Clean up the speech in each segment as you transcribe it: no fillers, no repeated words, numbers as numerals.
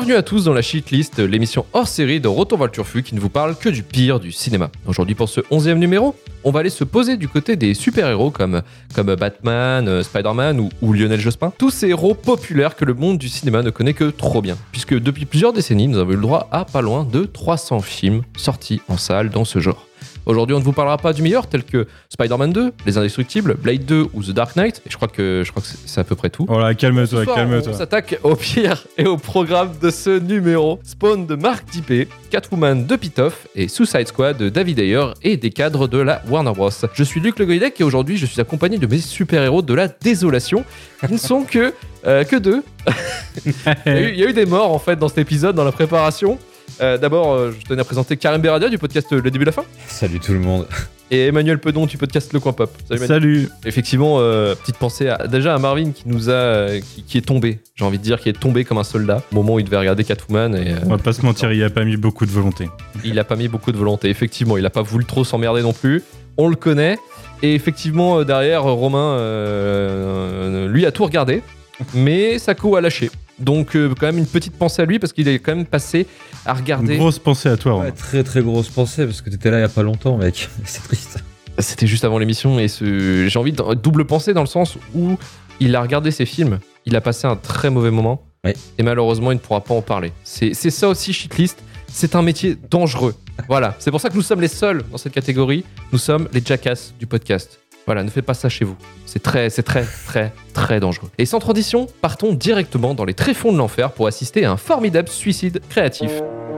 Bienvenue à tous dans la Shitlist, l'émission hors série de Retour vers le Turfu qui ne vous parle que du pire du cinéma. Aujourd'hui pour ce 11e numéro, on va aller se poser du côté des super-héros comme Batman, Spider-Man ou Lionel Jospin. Tous ces héros populaires que le monde du cinéma ne connaît que trop bien. Puisque depuis plusieurs décennies, nous avons eu le droit à pas loin de 300 films sortis en salle dans ce genre. Aujourd'hui, on ne vous parlera pas du meilleur, tel que Spider-Man 2, Les Indestructibles, Blade 2 ou The Dark Knight. Et je crois que c'est à peu près tout. Voilà, calme-toi, calme-toi. On s'attaque au pire et au programme de ce numéro. Spawn de Mark Dippé, Catwoman de Pitoff et Suicide Squad de David Ayer et des cadres de la Warner Bros. Je suis Luc Le Goïdec et aujourd'hui, je suis accompagné de mes super-héros de la désolation. Ils ne sont que deux. Il y a eu des morts en fait dans cet épisode, dans la préparation. D'abord, je tenais à présenter Karim Beradia du podcast Le Début de la Fin. Salut tout le monde. Et Emmanuel Pedon du podcast Le Coin Pop. Salut. Effectivement, petite pensée à Marvin qui nous a, qui est tombé. J'ai envie de dire qui est tombé comme un soldat au moment où il devait regarder Catwoman. Et, on va pas se mentir, il a pas mis beaucoup de volonté. Il a pas mis beaucoup de volonté. Effectivement, il a pas voulu trop s'emmerder non plus. On le connaît. Et effectivement, derrière, Romain, lui a tout regardé, mais Sako a lâché. Donc quand même une petite pensée à lui parce qu'il est quand même passé à regarder. Une grosse pensée à toi. Ouais, très très grosse pensée parce que t'étais là il y a pas longtemps, mec. C'est triste. C'était juste avant l'émission et j'ai envie de double pensée dans le sens où il a regardé ses films, il a passé un très mauvais moment et malheureusement il ne pourra pas en parler. C'est ça aussi Shitlist, c'est un métier dangereux. Voilà, c'est pour ça que nous sommes les seuls dans cette catégorie. Nous sommes les jackasses du podcast. Voilà, ne faites pas ça chez vous. C'est très, très dangereux. Et sans transition, partons directement dans les tréfonds de l'enfer pour assister à un formidable suicide créatif.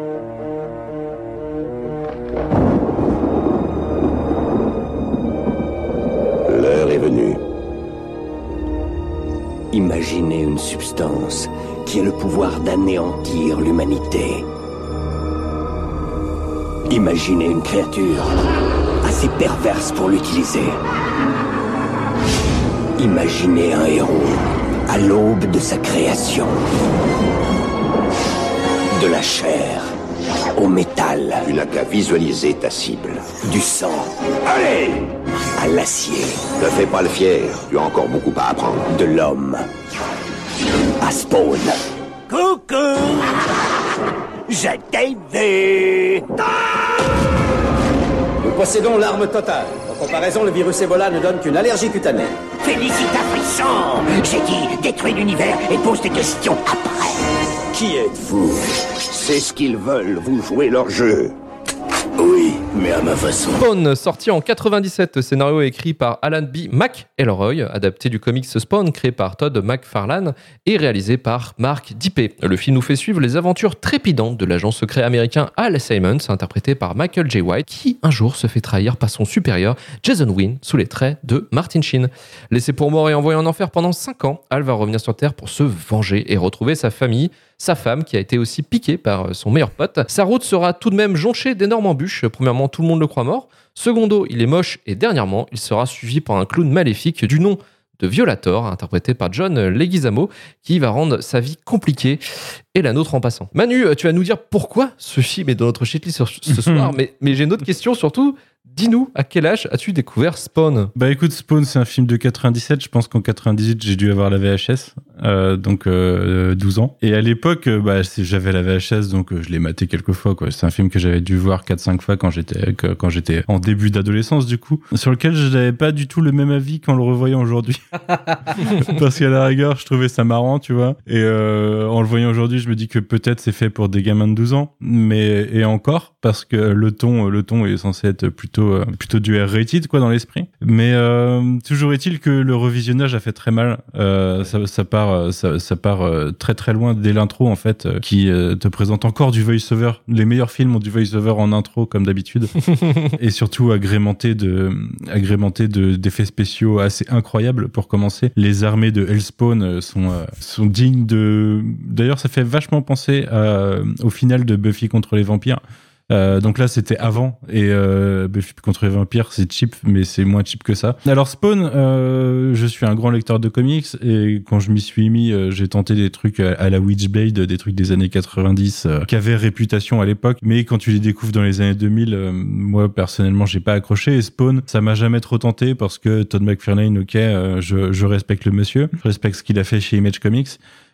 L'heure est venue. Imaginez une substance qui a le pouvoir d'anéantir l'humanité. Imaginez une créature assez perverse pour l'utiliser. Imaginez un héros à l'aube de sa création. De la chair au métal. Tu n'as qu'à visualiser ta cible. Du sang. Allez! À l'acier. Ne fais pas le fier, tu as encore beaucoup à apprendre. De l'homme à Spawn. Coucou! Je t'ai vu! Nous possédons l'arme totale. En comparaison, le virus Ebola ne donne qu'une allergie cutanée. Félicita Frisson! J'ai dit détruis l'univers et pose des questions après. Qui êtes-vous? C'est ce qu'ils veulent, vous jouez leur jeu. Oui, mais à ma façon. Spawn, sorti en 97, scénario écrit par Alan B. McElroy, adapté du comics Spawn créé par Todd McFarlane et réalisé par Mark Dippé. Le film nous fait suivre les aventures trépidantes de l'agent secret américain Hal Simmons, interprété par Michael J. White, qui un jour se fait trahir par son supérieur Jason Wynn sous les traits de Martin Sheen. Laissé pour mort et envoyé en enfer pendant 5 ans, Hal va revenir sur Terre pour se venger et retrouver sa famille, sa femme qui a été aussi piquée par son meilleur pote. Sa route sera tout de même jonchée d'énormes embûches. Premièrement, tout le monde le croit mort. Secondo, il est moche. Et dernièrement, il sera suivi par un clown maléfique du nom de Violator, interprété par John Leguizamo, qui va rendre sa vie compliquée et la nôtre en passant. Manu, tu vas nous dire pourquoi ce film est dans notre shitlist ce soir, mais j'ai une autre question surtout. Dis-nous, à quel âge as-tu découvert Spawn ? Bah écoute, Spawn, c'est un film de 97. Je pense qu'en 98, j'ai dû avoir la VHS, donc 12 ans. Et à l'époque, j'avais la VHS, donc je l'ai maté quelques fois, quoi. C'est un film que j'avais dû voir 4-5 fois quand j'étais en début d'adolescence, du coup, sur lequel je n'avais pas du tout le même avis qu'en le revoyant aujourd'hui. Parce qu'à la rigueur, je trouvais ça marrant, tu vois. Et en le voyant aujourd'hui, je me dis que peut-être c'est fait pour des gamins de 12 ans, et encore, parce que le ton est censé être plutôt du R-rated, quoi, dans l'esprit. Mais toujours est-il que le revisionnage a fait très mal. Ça part très très loin dès l'intro, en fait, qui te présente encore du voice-over. Les meilleurs films ont du voice-over en intro, comme d'habitude. Et surtout agrémenté d'effets spéciaux assez incroyables. Pour commencer, les armées de Hellspawn sont dignes de... D'ailleurs, ça fait vachement penser au final de Buffy contre les vampires. Donc là c'était avant, et Buffy contre les vampires c'est cheap, mais c'est moins cheap que ça. Alors Spawn, je suis un grand lecteur de comics, et quand je m'y suis mis, j'ai tenté des trucs à la Witchblade, des trucs des années 90 qui avaient réputation à l'époque, mais quand tu les découvres dans les années 2000, moi personnellement j'ai pas accroché. Et Spawn, ça m'a jamais trop tenté, parce que Todd McFarlane, ok, je respecte le monsieur, je respecte ce qu'il a fait chez Image Comics,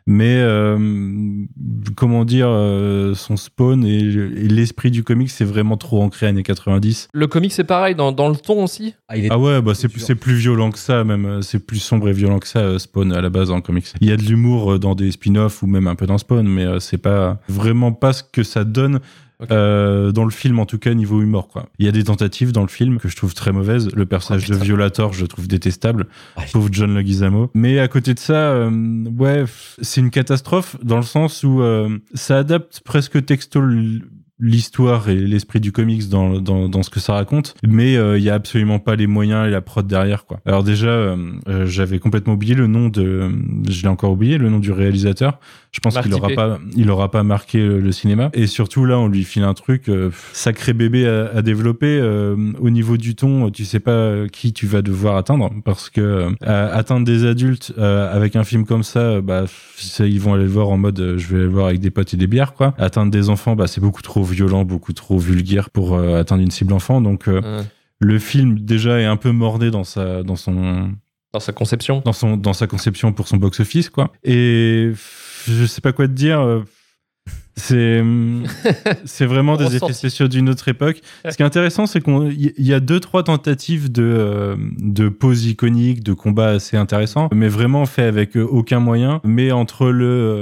Mais comment dire, son spawn et l'esprit du comic, c'est vraiment trop ancré années 90. Le comic, c'est pareil, dans le ton aussi. Ah ouais, bah c'est plus violent que ça, même. C'est plus sombre et violent que ça, Spawn, à la base, en comics. Il y a de l'humour dans des spin-offs ou même un peu dans Spawn, mais c'est pas vraiment pas ce que ça donne. Okay. Dans le film, en tout cas, niveau humour, quoi. Il y a des tentatives dans le film que je trouve très mauvaises. Le personnage de Violator, je le trouve détestable. Pauvre John Leguizamo. Mais à côté de ça, ouais, c'est une catastrophe dans le sens où ça adapte presque texto l'histoire et l'esprit du comics dans ce que ça raconte, mais il y a absolument pas les moyens et la prod derrière, quoi. Alors déjà, j'avais complètement oublié le nom je l'ai encore oublié, le nom du réalisateur. Je pense qu'il aura pas marqué le cinéma. Et surtout là, on lui file un truc sacré bébé à développer. Au niveau du ton, tu sais pas qui tu vas devoir atteindre, parce que atteindre des adultes avec un film comme ça, bah ça, ils vont aller le voir en mode je vais aller le voir avec des potes et des bières, quoi. Atteindre des enfants, bah c'est beaucoup trop violent, beaucoup trop vulgaire pour atteindre une cible enfant. Donc le film déjà est un peu mordé dans sa conception, dans sa conception pour son box-office, quoi. Et je sais pas quoi te dire. C'est vraiment des effets spéciaux d'une autre époque. Ce qui est intéressant, c'est qu'il y a 2-3 tentatives de poses iconiques, de combats assez intéressants, mais vraiment fait avec aucun moyen. Mais entre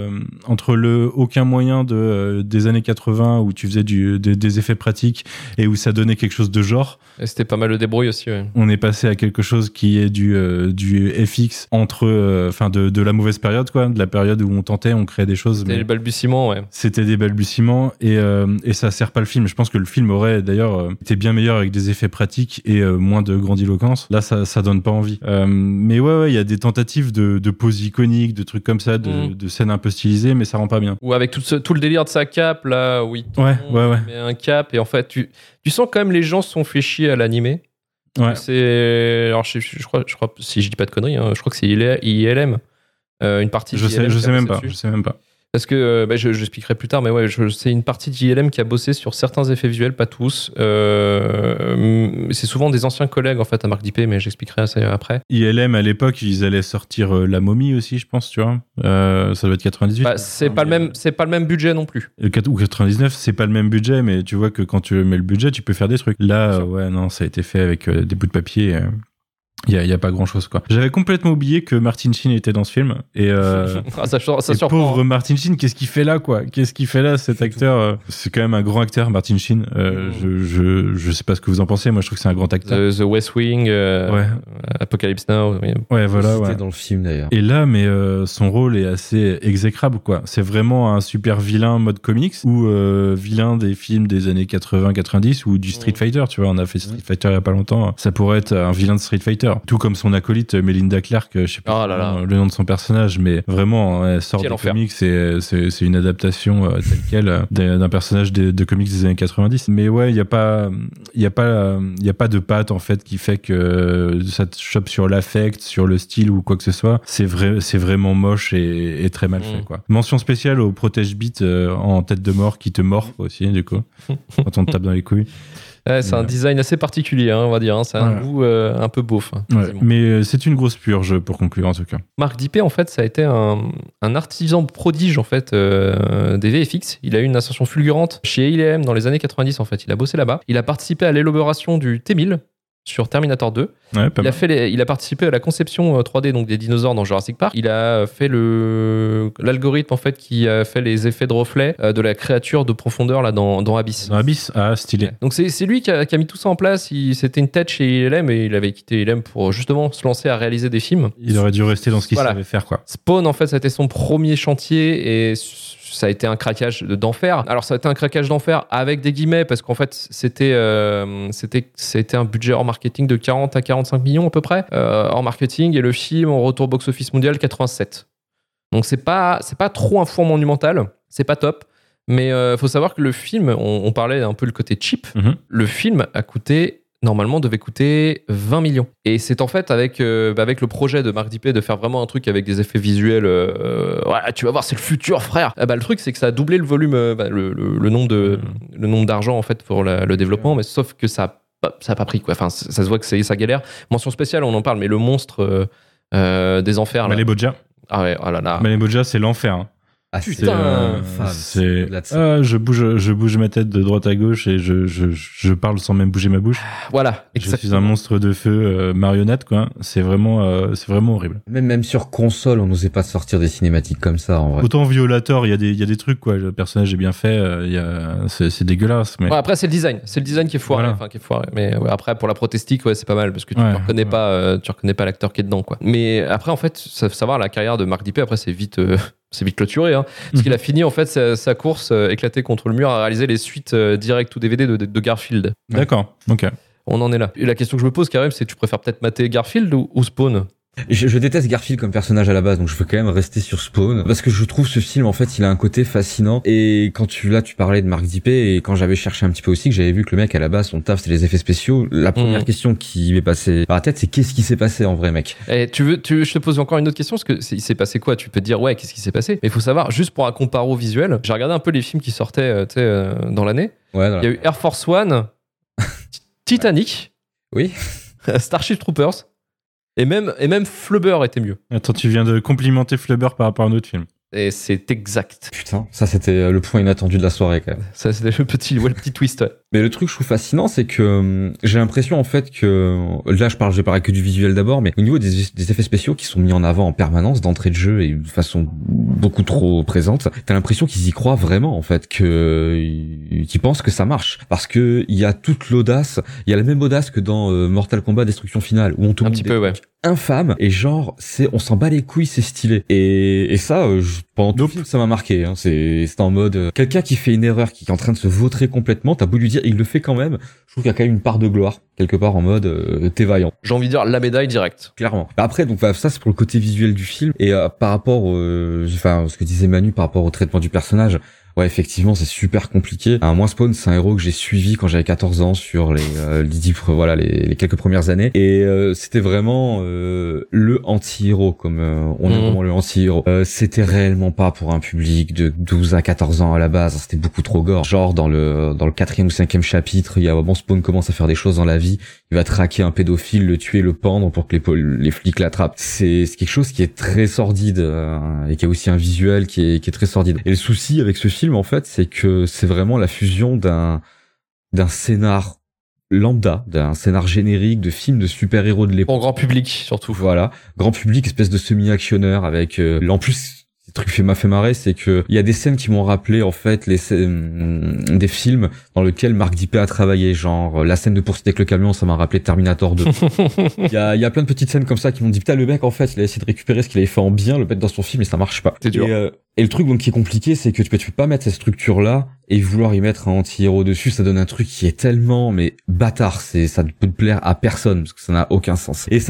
le aucun moyen des années 80 où tu faisais des effets pratiques et où ça donnait quelque chose de genre. Et c'était pas mal le débrouille aussi, ouais. On est passé à quelque chose qui est du FX de la mauvaise période, quoi, de la période où on tentait, on créait des choses. C'était les balbutiements, ouais. C'était des balbutiements et ça sert pas le film. Je pense que le film aurait d'ailleurs été bien meilleur avec des effets pratiques et moins de grandiloquence. Là, ça donne pas envie. Mais ouais, il y a des tentatives de poses iconiques, de trucs comme ça, de scènes un peu stylisées, mais ça rend pas bien. Ou avec tout le délire de sa cape, là, où il met un cap et en fait, tu sens quand même les gens se sont fait chier à l'animer. Ouais. Alors, je crois, si je dis pas de conneries, hein, je crois que c'est ILM. Une partie je sais même pas. Parce que je l'expliquerai plus tard, mais ouais, c'est une partie d'ILM qui a bossé sur certains effets visuels, pas tous. C'est souvent des anciens collègues en fait à Marc Dippé, mais j'expliquerai ça après. ILM à l'époque, ils allaient sortir La Momie aussi, je pense, tu vois. Ça doit être 98. Bah, c'est pas le même budget non plus. Ou 99, c'est pas le même budget, mais tu vois que quand tu mets le budget, tu peux faire des trucs. Là, ouais, non, ça a été fait avec des bouts de papier. Il y a pas grand chose, quoi. J'avais complètement oublié que Martin Sheen était dans ce film et ça surprend. Pauvre Martin Sheen, qu'est-ce qu'il fait là, quoi? Qu'est-ce qu'il fait là, cet acteur? C'est quand même un grand acteur, Martin Sheen. Je sais pas ce que vous en pensez. Moi, je trouve que c'est un grand acteur. The West Wing, Apocalypse Now. Oui. Ouais, voilà. C'était dans le film d'ailleurs. Et là, mais son rôle est assez exécrable, quoi. C'est vraiment un super vilain mode comics ou vilain des films des années 80-90 ou du Street Fighter. Tu vois, on a fait Street Fighter il y a pas longtemps. Ça pourrait être un vilain de Street Fighter. Tout comme son acolyte Melinda Clarke, je sais pas le nom de son personnage, mais vraiment, elle sort des comics, c'est une adaptation telle quelle d'un personnage de comics des années 90. Mais ouais, il y a pas de patte en fait qui fait que ça te chope sur l'affect, sur le style ou quoi que ce soit. C'est vraiment moche et très mal fait, quoi. Mention spéciale au Protège Beat en tête de mort qui te mord aussi, du coup, quand on te tape dans les couilles. Ouais, c'est un design assez particulier, hein, on va dire. Hein. C'est un goût un peu beauf. Hein, mais c'est une grosse purge, pour conclure, en tout cas. Marc Dippé, en fait, ça a été un artisan prodige, en fait, des VFX. Il a eu une ascension fulgurante chez ILM dans les années 90, en fait. Il a bossé là-bas. Il a participé à l'élaboration du T-1000 sur Terminator 2. Ouais, il a participé à la conception 3D donc des dinosaures dans Jurassic Park. Il a fait l'algorithme en fait qui a fait les effets de reflet de la créature de profondeur là dans Abyss. Dans Abyss, stylé. Donc c'est lui qui a mis tout ça en place. C'était une tête chez ILM et il avait quitté ILM pour justement se lancer à réaliser des films. Il aurait dû rester dans ce qu'il savait faire, quoi. Spawn en fait, ça a été son premier chantier et ça a été un craquage d'enfer. Alors ça a été un craquage d'enfer avec des guillemets parce qu'en fait c'était un budget hors marketing de 40 à 45 millions à peu près hors marketing et le film en retour box-office mondial 87. Donc c'est pas trop un four monumental, c'est pas top. Mais faut savoir que le film, on parlait un peu le côté cheap, le film devait coûter 20 millions. Et c'est en fait avec le projet de Marc Dippé de faire vraiment un truc avec des effets visuels. Tu vas voir, c'est le futur, frère. Le truc, c'est que ça a doublé le volume, le nombre d'argent en fait pour le développement, mais sauf que ça a pas pris, quoi. Enfin, ça se voit que ça galère. Mention spéciale, on en parle, mais le monstre des enfers. Les Bodja. Ah ouais, oh là là. Malin Boja, c'est l'enfer. Hein. Ah, Putain, je bouge ma tête de droite à gauche et je parle sans même bouger ma bouche. Voilà, Je suis un monstre de feu marionnette, quoi. C'est vraiment horrible. Même sur console, on n'osait pas sortir des cinématiques comme ça, en vrai. Autant Violator, il y a des trucs, quoi. Le personnage est bien fait, c'est dégueulasse. Mais... Ouais, après, c'est le design qui est foiré. Voilà. Enfin, qui est foiré. Mais ouais, après, pour la protestique, ouais, c'est pas mal parce que tu reconnais pas l'acteur qui est dedans, quoi. Mais après, en fait, savoir la carrière de Mark Dippé, après, c'est vite clôturé, hein, parce qu'il a fini en fait sa course éclatée contre le mur à réaliser les suites direct ou DVD de Garfield. D'accord, ok. On en est là. Et la question que je me pose, Karim, c'est tu préfères peut-être mater Garfield ou Spawn? Je déteste Garfield comme personnage à la base, donc je veux quand même rester sur Spawn, parce que je trouve ce film, en fait, il a un côté fascinant. Et quand tu parlais de Mark Dippé, et quand j'avais cherché un petit peu aussi, que j'avais vu que le mec à la base, son taf, c'était les effets spéciaux, la première question qui m'est passée par la tête, c'est qu'est-ce qui s'est passé en vrai, mec? Et je te pose encore une autre question, parce que il s'est passé quoi? Tu peux te dire, ouais, qu'est-ce qui s'est passé? Mais il faut savoir, juste pour un comparo visuel, j'ai regardé un peu les films qui sortaient dans l'année. Ouais, il y a eu Air Force One, Titanic, oui, Starship Troopers, et même Flubber était mieux. Attends, tu viens de complimenter Flubber par rapport à un autre film. Et c'est exact. Putain, ça c'était le point inattendu de la soirée quand même. Ça, c'était le petit twist, ouais. Mais le truc que je trouve fascinant, c'est que j'ai l'impression en fait que là je parle que du visuel d'abord, mais au niveau des effets spéciaux qui sont mis en avant en permanence d'entrée de jeu et de façon beaucoup trop présente, t'as l'impression qu'ils y croient vraiment en fait, qu'ils pensent que ça marche, parce que il y a toute l'audace, il y a la même audace que dans Mortal Kombat Destruction Finale où on te un montre petit peu, ouais. infâme et genre on s'en bat les couilles, c'est stylé et ça pendant tout le film ça m'a marqué, hein. C'est en mode quelqu'un qui fait une erreur, qui est en train de se vautrer complètement, t'as beau lui dire il le fait quand même, je trouve qu'il y a quand même une part de gloire quelque part en mode t'es vaillant, J'ai envie de dire la médaille directe. clairement. Après donc ça c'est pour le côté visuel du film et par rapport ce que disait Manu par rapport au traitement du personnage. Ouais, effectivement, c'est super compliqué. Moi, Spawn, c'est un héros que j'ai suivi quand j'avais 14 ans sur les quelques premières années. Et c'était vraiment le anti-héros, comme on est vraiment le anti-héros. C'était réellement pas pour un public de 12 à 14 ans à la base. C'était beaucoup trop gore. Genre, dans le 4e ou 5e chapitre, il y a vraiment Spawn commence à faire des choses dans la vie. Il va traquer un pédophile, le tuer, le pendre pour que les flics l'attrapent. C'est quelque chose qui est très sordide et qui a aussi un visuel qui est très sordide. Et le souci avec ce film, en fait, c'est que c'est vraiment la fusion d'un scénar lambda, d'un scénar générique de film de super-héros de l'époque. Pour grand public, surtout. Voilà. Grand public, espèce de semi-actionneur avec, en plus, le truc qui m'a fait marrer, c'est que il y a des scènes qui m'ont rappelé, en fait, des films dans lesquels Mark Dippé a travaillé, genre, la scène de poursuite avec le camion, ça m'a rappelé Terminator 2. Il y a plein de petites scènes comme ça qui m'ont dit, putain, le mec, en fait, il a essayé de récupérer ce qu'il avait fait en bien, le mettre dans son film, et ça marche pas. C'est dur. Et le truc donc qui est compliqué, c'est que tu peux pas mettre cette structure-là et vouloir y mettre un anti-héros dessus, ça donne un truc qui est tellement bâtard, ça ne peut plaire à personne parce que ça n'a aucun sens. Et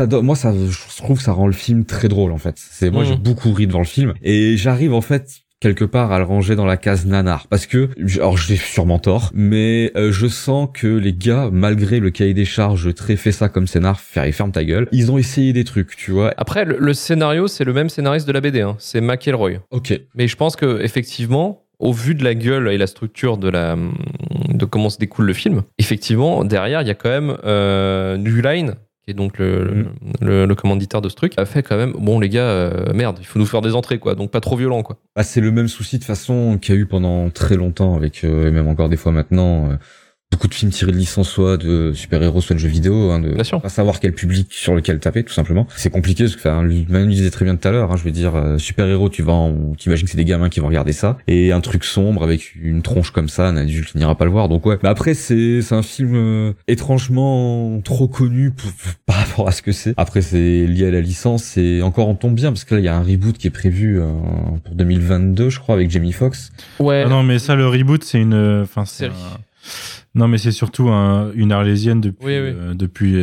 je trouve que ça rend le film très drôle en fait. Moi j'ai beaucoup ri devant le film et j'arrive en fait quelque part à le ranger dans la case nanar parce que alors j'ai sûrement tort mais je sens que les gars malgré le cahier des charges très fait ça comme scénar ferme ta gueule, ils ont essayé des trucs, tu vois. Après le scénario c'est le même scénariste de la BD, hein. C'est McElroy. Ok. Mais je pense que effectivement au vu de la gueule et la structure de comment se découle le film, effectivement derrière il y a quand même New Line qui est donc le commanditaire de ce truc, a fait quand même, bon les gars, merde, il faut nous faire des entrées quoi, donc pas trop violent quoi. Bah, c'est le même souci de façon qu'il y a eu pendant très longtemps avec, et même encore des fois maintenant, beaucoup de films tirés de licence, soit de super-héros, soit de jeux vidéo, hein, de Bien sûr. pas savoir quel public sur lequel taper, tout simplement. C'est compliqué, parce que, Manu disait très bien tout à l'heure, hein, je veux dire, super-héros, tu imagines que c'est des gamins qui vont regarder ça, et un truc sombre avec une tronche comme ça, un adulte n'ira pas le voir, donc ouais. Mais après, c'est un film étrangement trop connu par rapport à ce que c'est. Après, c'est lié à la licence, et encore on tombe bien, parce que là, il y a un reboot qui est prévu pour 2022, je crois, avec Jamie Foxx. Ouais. Ah non, mais ça, le reboot, c'est une... série. Non, mais c'est surtout une arlésienne depuis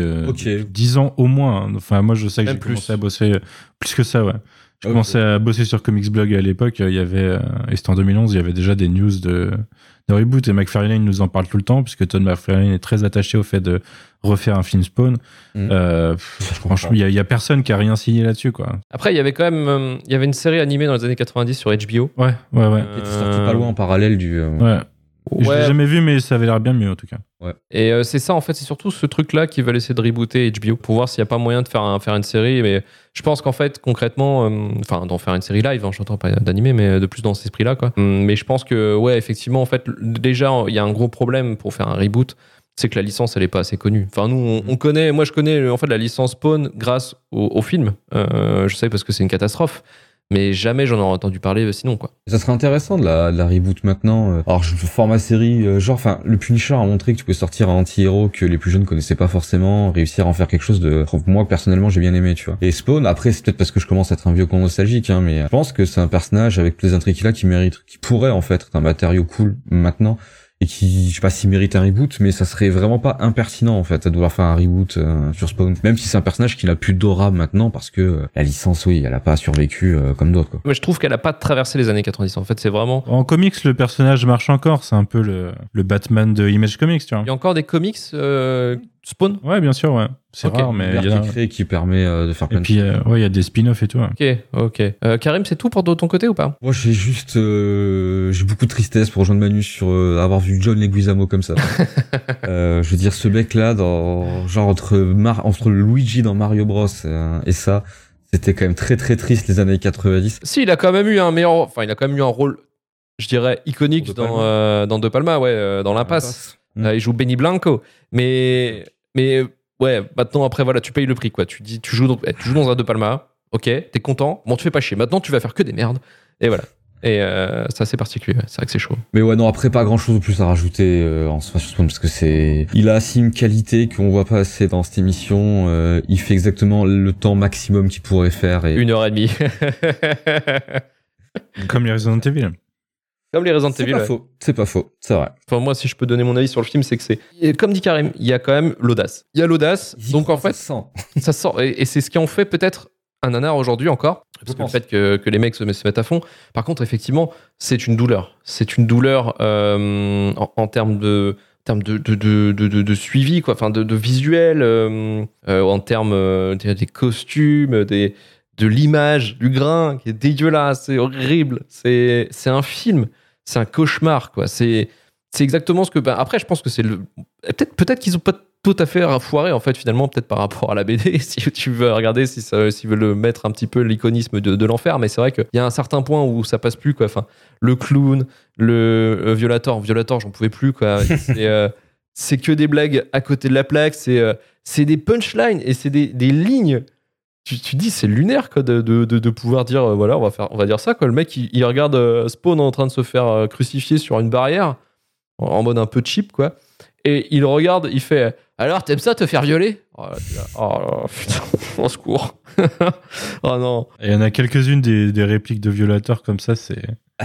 10 ans au moins. Enfin, moi, je sais que j'ai commencé à bosser plus que ça, ouais. J'ai commencé à bosser sur Comics Blog à l'époque. Il y avait, et c'était en 2011, il y avait déjà des news de reboot. Et McFarlane nous en parle tout le temps, puisque Todd McFarlane est très attaché au fait de refaire un film Spawn. Franchement, il y a personne qui a rien signé là-dessus, quoi. Après, il y avait quand même, il y avait une série animée dans les années 90 sur HBO. Ouais. Qui était sorti pas loin en parallèle du... Ouais. Je l'ai jamais vu, mais ça avait l'air bien mieux en tout cas. Ouais. Et c'est ça, en fait, c'est surtout ce truc-là qu'ils veulent essayer de rebooter HBO pour voir s'il n'y a pas moyen de faire une série. Mais je pense qu'en fait, concrètement, d'en faire une série live, j'entends pas d'animé, mais de plus dans cet esprit-là, quoi. Mais je pense que, ouais, effectivement, en fait, déjà, il y a un gros problème pour faire un reboot. C'est que la licence, elle est pas assez connue. Enfin, nous, on connaît, moi, je connais en fait la licence Spawn grâce au film. Je sais parce que c'est une catastrophe. Mais jamais j'en aurais entendu parler sinon, quoi. Ça serait intéressant de la reboot maintenant. Alors, format série, le Punisher a montré que tu pouvais sortir un anti-héros que les plus jeunes connaissaient pas forcément, réussir à en faire quelque chose de, moi, personnellement, j'ai bien aimé, tu vois. Et Spawn, après, c'est peut-être parce que je commence à être un vieux con nostalgique, hein, mais je pense que c'est un personnage avec tous les intrigues qu'il a qui pourrait, en fait, être un matériau cool maintenant. Et qui, je sais pas s'il mérite un reboot, mais ça serait vraiment pas impertinent en fait de devoir faire un reboot sur Spawn. Même si c'est un personnage qui n'a plus d'aura maintenant parce que la licence, oui, elle a pas survécu comme d'autres, quoi. Mais je trouve qu'elle a pas traversé les années 90. En fait, c'est vraiment. En comics, le personnage marche encore. C'est un peu le Batman de Image Comics, tu vois. Il y a encore des comics Spawn. Ouais, bien sûr, ouais. C'est Ok. rare, mais il y Qui a. est créé, qui permet de faire plein Et puis, ouais, il y a des spin-offs et tout. Ouais. Ok. Karim, c'est tout pour de ton côté ou pas? Moi, j'ai juste, j'ai beaucoup de tristesse pour rejoindre Manu sur avoir vu John Leguizamo comme ça. Je veux dire, ce mec-là, entre Luigi dans Mario Bros et ça, c'était quand même très très triste les années 90. Si, il a quand même eu un rôle, je dirais, iconique De Palma. dans De Palma, ouais, dans l'Impasse. Il joue Benny Blanco. Mais ouais, maintenant, après, voilà, tu payes le prix, quoi. Tu joues dans un De Palma, ok, t'es content, bon, tu fais pas chier. Maintenant, tu vas faire que des merdes. Et voilà. Et ça, c'est particulier. C'est vrai que c'est chaud. Mais ouais, non, après, pas grand chose de plus à rajouter en soi sur Spawn, parce que il a aussi une qualité qu'on voit pas assez dans cette émission. Il fait exactement le temps maximum qu'il pourrait faire. Et 1h30. Comme les Resident Evil. Comme les Resident Evil. C'est pas faux, c'est vrai. Enfin, moi, si je peux donner mon avis sur le film, c'est que comme dit Karim, il y a quand même l'audace. Il y a l'audace, donc en fait, ça sort. Et c'est ce qui en fait peut-être un nanar aujourd'hui encore. Parce que le fait que les mecs se mettent à fond. Par contre, effectivement, c'est une douleur. C'est une douleur en termes de suivi, quoi. Enfin, de visuel, en termes des costumes, de l'image, du grain qui est dégueulasse, c'est horrible. C'est un film. C'est un cauchemar, quoi. C'est exactement ce que. Après, je pense que c'est peut-être qu'ils ont pas tout à fait foiré, en fait, finalement, peut-être par rapport à la BD, si tu veux regarder, s'ils veulent mettre un petit peu l'iconisme de l'enfer. Mais c'est vrai qu'il y a un certain point où ça passe plus, quoi. Enfin, le clown, le Violator, j'en pouvais plus, quoi. C'est que des blagues à côté de la plaque. C'est des punchlines et c'est des lignes. Tu dis, c'est lunaire, quoi, de pouvoir dire, voilà, on va dire ça, quoi. Le mec, il regarde Spawn en train de se faire crucifier sur une barrière, en mode un peu cheap, quoi. Et il regarde, il fait, alors, t'aimes ça, te faire violer? Oh là, putain, au secours. Oh non. Il y en a quelques-unes des répliques de Violator comme ça, c'est.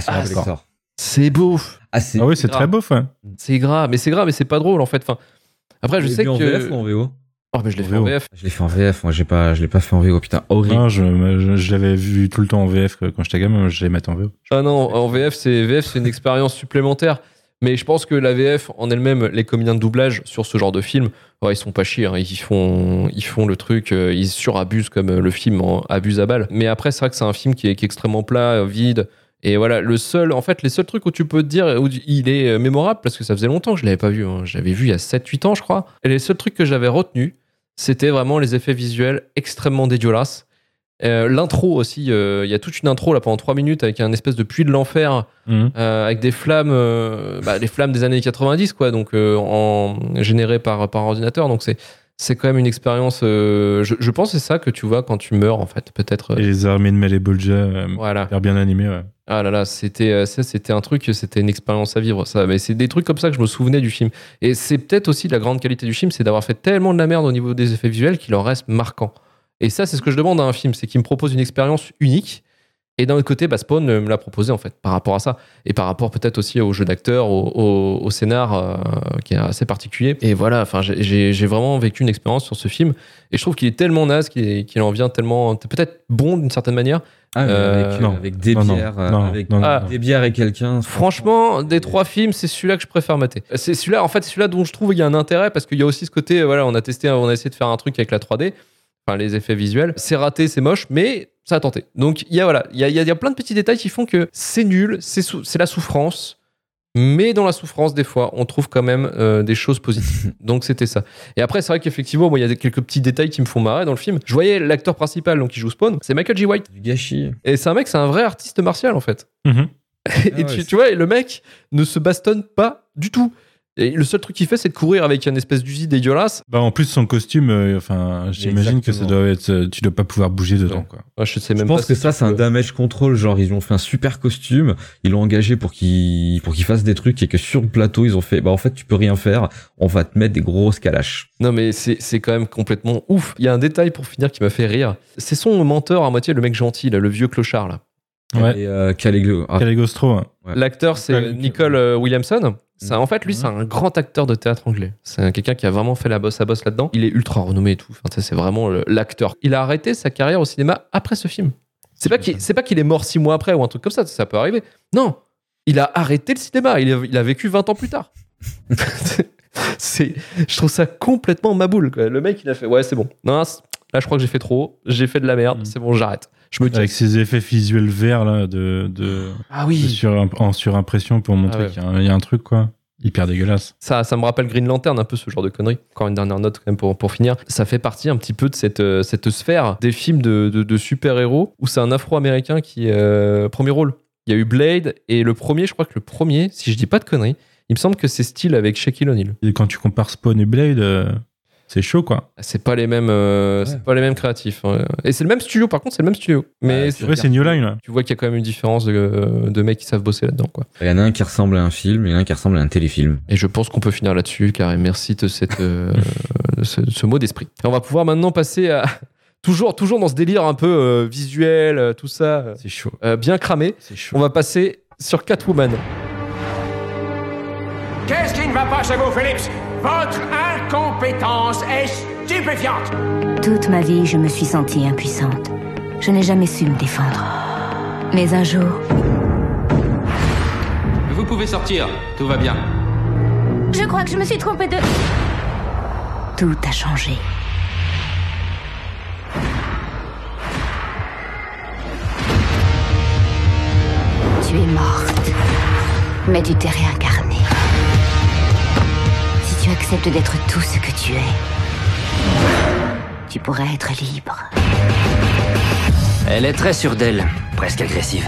C'est beau. Ah oui, c'est très beau, ouais. C'est grave, mais c'est pas drôle, en fait. Enfin, après, je sais que. En VF ou en VO? Oh, mais je l'ai fait en VF. Je l'ai fait en VF, moi, je l'ai pas fait en VO, putain, horrible. Non, je l'avais vu tout le temps en VF quand j'étais gamin, je l'ai mettre en VO. Ah non, en VF, c'est une expérience supplémentaire. Mais je pense que la VF en elle-même, les comédiens de doublage sur ce genre de film, ils sont pas chiés. Hein. Ils font le truc, ils surabusent comme le film abuse à balle. Mais après, c'est vrai que c'est un film qui est extrêmement plat, vide. Et voilà, les seuls trucs où tu peux te dire où il est mémorable, parce que ça faisait longtemps que je l'avais pas vu. Hein. Je l'avais vu il y a 7-8 ans, je crois. Et les seuls trucs que j'avais retenus, c'était vraiment les effets visuels extrêmement dégueulasses. L'intro aussi, il y a toute une intro là pendant 3 minutes avec un espèce de puits de l'enfer, avec des flammes, les flammes des années 90, quoi, donc générées par ordinateur. Donc c'est quand même une expérience. Je pense que c'est ça que tu vois quand tu meurs, en fait, peut-être. Et les armées de Mel et Bolja, voilà. bien animées, ouais. Ah là là, c'était un truc, c'était une expérience à vivre, ça. Mais c'est des trucs comme ça que je me souvenais du film. Et c'est peut-être aussi la grande qualité du film, c'est d'avoir fait tellement de la merde au niveau des effets visuels qu'il en reste marquant. Et ça, c'est ce que je demande à un film, c'est qu'il me propose une expérience unique. Et d'un autre côté, Spawn me l'a proposé, en fait, par rapport à ça. Et par rapport peut-être aussi au jeu d'acteur, au scénar, qui est assez particulier. Et voilà, enfin, j'ai vraiment vécu une expérience sur ce film. Et je trouve qu'il est tellement naze, qu'il en vient tellement... peut-être bon, d'une certaine manière. Ah, mais avec des bières, des bières et quelqu'un... Franchement, des 3 films, c'est celui-là que je préfère mater. C'est celui-là dont je trouve qu'il y a un intérêt, parce qu'il y a aussi ce côté, voilà, on a essayé de faire un truc avec la 3D, enfin les effets visuels. C'est raté, c'est moche, mais ça a tenté. Donc il y a plein de petits détails qui font que c'est nul, c'est la souffrance, Mais dans la souffrance, des fois, on trouve quand même des choses positives. Donc c'était ça. Et après, c'est vrai qu'effectivement, il y a quelques petits détails qui me font marrer dans le film. Je voyais l'acteur principal, donc qui joue Spawn, c'est Michael J. White. Du gâchis. Et c'est un mec, c'est un vrai artiste martial en fait. Mhm. Et tu vois, et le mec ne se bastonne pas du tout. Et le seul truc qu'il fait, c'est de courir avec une espèce d'usi dégueulasse. Bah, en plus, son costume, j'imagine que ça doit être. Tu dois pas pouvoir bouger dedans, quoi. Ouais, je sais même Je pense pas que si ça, tu c'est un peux- damage control. Genre, ils ont fait un super costume, ils l'ont engagé pour qu'il fasse des trucs et que sur le plateau, ils ont fait, bah, en fait, tu peux rien faire, on va te mettre des grosses calaches. Non, mais c'est quand même complètement ouf. Il y a un détail pour finir qui m'a fait rire. C'est son mentor à moitié, le mec gentil, là, le vieux clochard, là. Ouais. Et Caligostro, hein. Ouais. L'acteur, c'est Ouais. Nicole Williamson. Ça, en fait, lui, c'est un grand acteur de théâtre anglais. C'est quelqu'un qui a vraiment fait sa bosse là-dedans. Il est ultra renommé et tout. Enfin, ça, c'est vraiment l'acteur. Il a arrêté sa carrière au cinéma après ce film. C'est pas qu'il est mort 6 mois après ou un truc comme ça peut arriver. Non, il a arrêté le cinéma. Il a vécu 20 ans plus tard. Je trouve ça complètement maboule, quoi. Le mec, il a fait, ouais, c'est bon. Non, là, je crois que j'ai fait trop. J'ai fait de la merde. C'est bon, j'arrête. Je me dis. Avec ses effets visuels verts, là, Ah oui. en surimpression pour montrer Ah ouais. qu'il y a un truc, quoi. Hyper dégueulasse. Ça me rappelle Green Lantern, un peu ce genre de conneries. Encore une dernière note, quand même, pour finir. Ça fait partie un petit peu de cette sphère des films de super-héros où c'est un Afro-Américain qui premier rôle. Il y a eu Blade et le premier, je crois que le premier, si je dis pas de conneries, il me semble que c'est Steel avec Shaquille O'Neal. Et quand tu compares Spawn et Blade, c'est chaud, quoi. C'est pas les mêmes, c'est pas les mêmes créatifs. Hein. Et c'est le même studio, par contre, c'est le même studio. Mais C'est vrai, c'est New Line, là. tu vois qu'il y a quand même une différence de mecs qui savent bosser là-dedans, quoi. Il y en a un qui ressemble à un film et un qui ressemble à un téléfilm. Et je pense qu'on peut finir là-dessus, car merci de ce mot d'esprit. Et on va pouvoir maintenant passer à toujours dans ce délire un peu visuel, tout ça, C'est chaud. bien cramé. C'est chaud. On va passer sur Catwoman. Qu'est-ce qui ne va pas chez vous, Phillips? Votre incompétence est stupéfiante. Toute ma vie, je me suis sentie impuissante. Je n'ai jamais su me défendre. Mais un jour, Vous pouvez sortir, tout va bien. je crois que je me suis trompée de... Tout a changé. Tu es morte, mais tu t'es réincarnée. Si tu acceptes d'être tout ce que tu es, tu pourrais être libre. Elle est très sûre d'elle, presque agressive.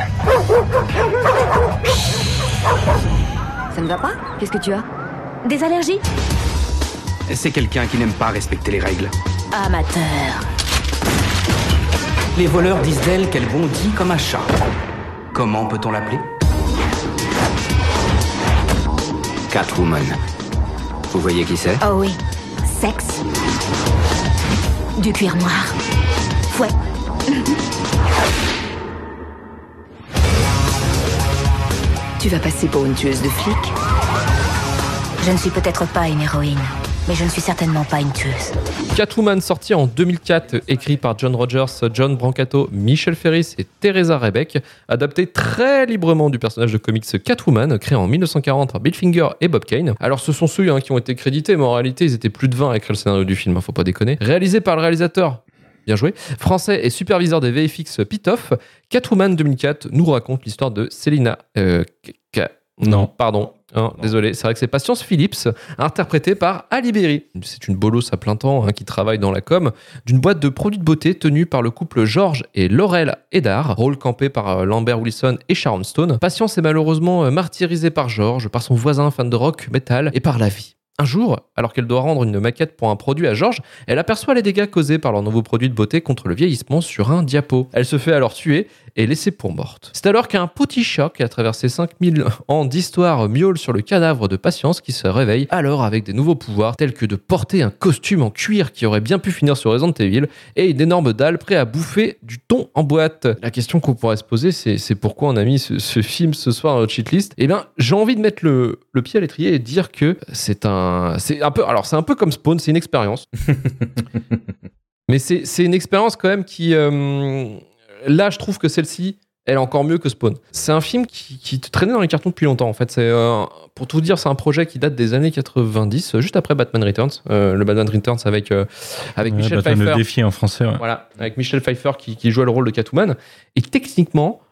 Ça ne va pas? Qu'est-ce que tu as? Des allergies? C'est quelqu'un qui n'aime pas respecter les règles. Amateur. Les voleurs disent d'elle qu'elle bondit comme un chat. Comment peut-on l'appeler? Catwoman. Vous voyez qui c'est? Oh oui. Sexe. Du cuir noir. Fouet. Tu vas passer pour une tueuse de flics? Je ne suis peut-être pas une héroïne, mais je ne suis certainement pas une tueuse. Catwoman, sorti en 2004, écrit par John Rogers, John Brancato, Michel Ferris et Teresa Rebeck, adapté très librement du personnage de comics Catwoman, créé en 1940 par Bill Finger et Bob Kane. Alors ce sont ceux qui ont été crédités, mais en réalité ils étaient plus de 20 à écrire le scénario du film, faut pas déconner. Réalisé par le réalisateur, bien joué, français et superviseur des VFX Pitoff, Catwoman 2004 nous raconte l'histoire de Selina... désolé, c'est vrai que c'est Patience Phillips, interprétée par Ali Berry. C'est une bolosse à plein temps qui travaille dans la com d'une boîte de produits de beauté tenue par le couple George et Laurel Eddard, rôle campé par Lambert Wilson et Sharon Stone. Patience est malheureusement martyrisée par George, par son voisin fan de rock metal et par la vie. Un jour, alors qu'elle doit rendre une maquette pour un produit à George, elle aperçoit les dégâts causés par leur nouveau produit de beauté contre le vieillissement sur un diapo. Elle se fait alors tuer et laissée pour morte. C'est alors qu'un petit choc à travers ses 5000 ans d'histoire miaule sur le cadavre de Patience qui se réveille alors avec des nouveaux pouvoirs tels que de porter un costume en cuir qui aurait bien pu finir sur Resident Evil et une énorme dalle prêt à bouffer du thon en boîte. La question qu'on pourrait se poser, c'est pourquoi on a mis ce film ce soir dans notre cheatlist. Eh bien, j'ai envie de mettre le pied à l'étrier et de dire que c'est un peu comme Spawn, c'est une expérience. Mais c'est une expérience quand même qui... là, je trouve que celle-ci, elle est encore mieux que Spawn. C'est un film qui te traînait dans les cartons depuis longtemps, en fait. Pour tout dire, c'est un projet qui date des années 90, juste après Batman Returns. Le Batman Returns avec Michel Batman Pfeiffer. Le défi en français, ouais. Voilà, avec Michel Pfeiffer qui jouait le rôle de Catwoman. Et techniquement,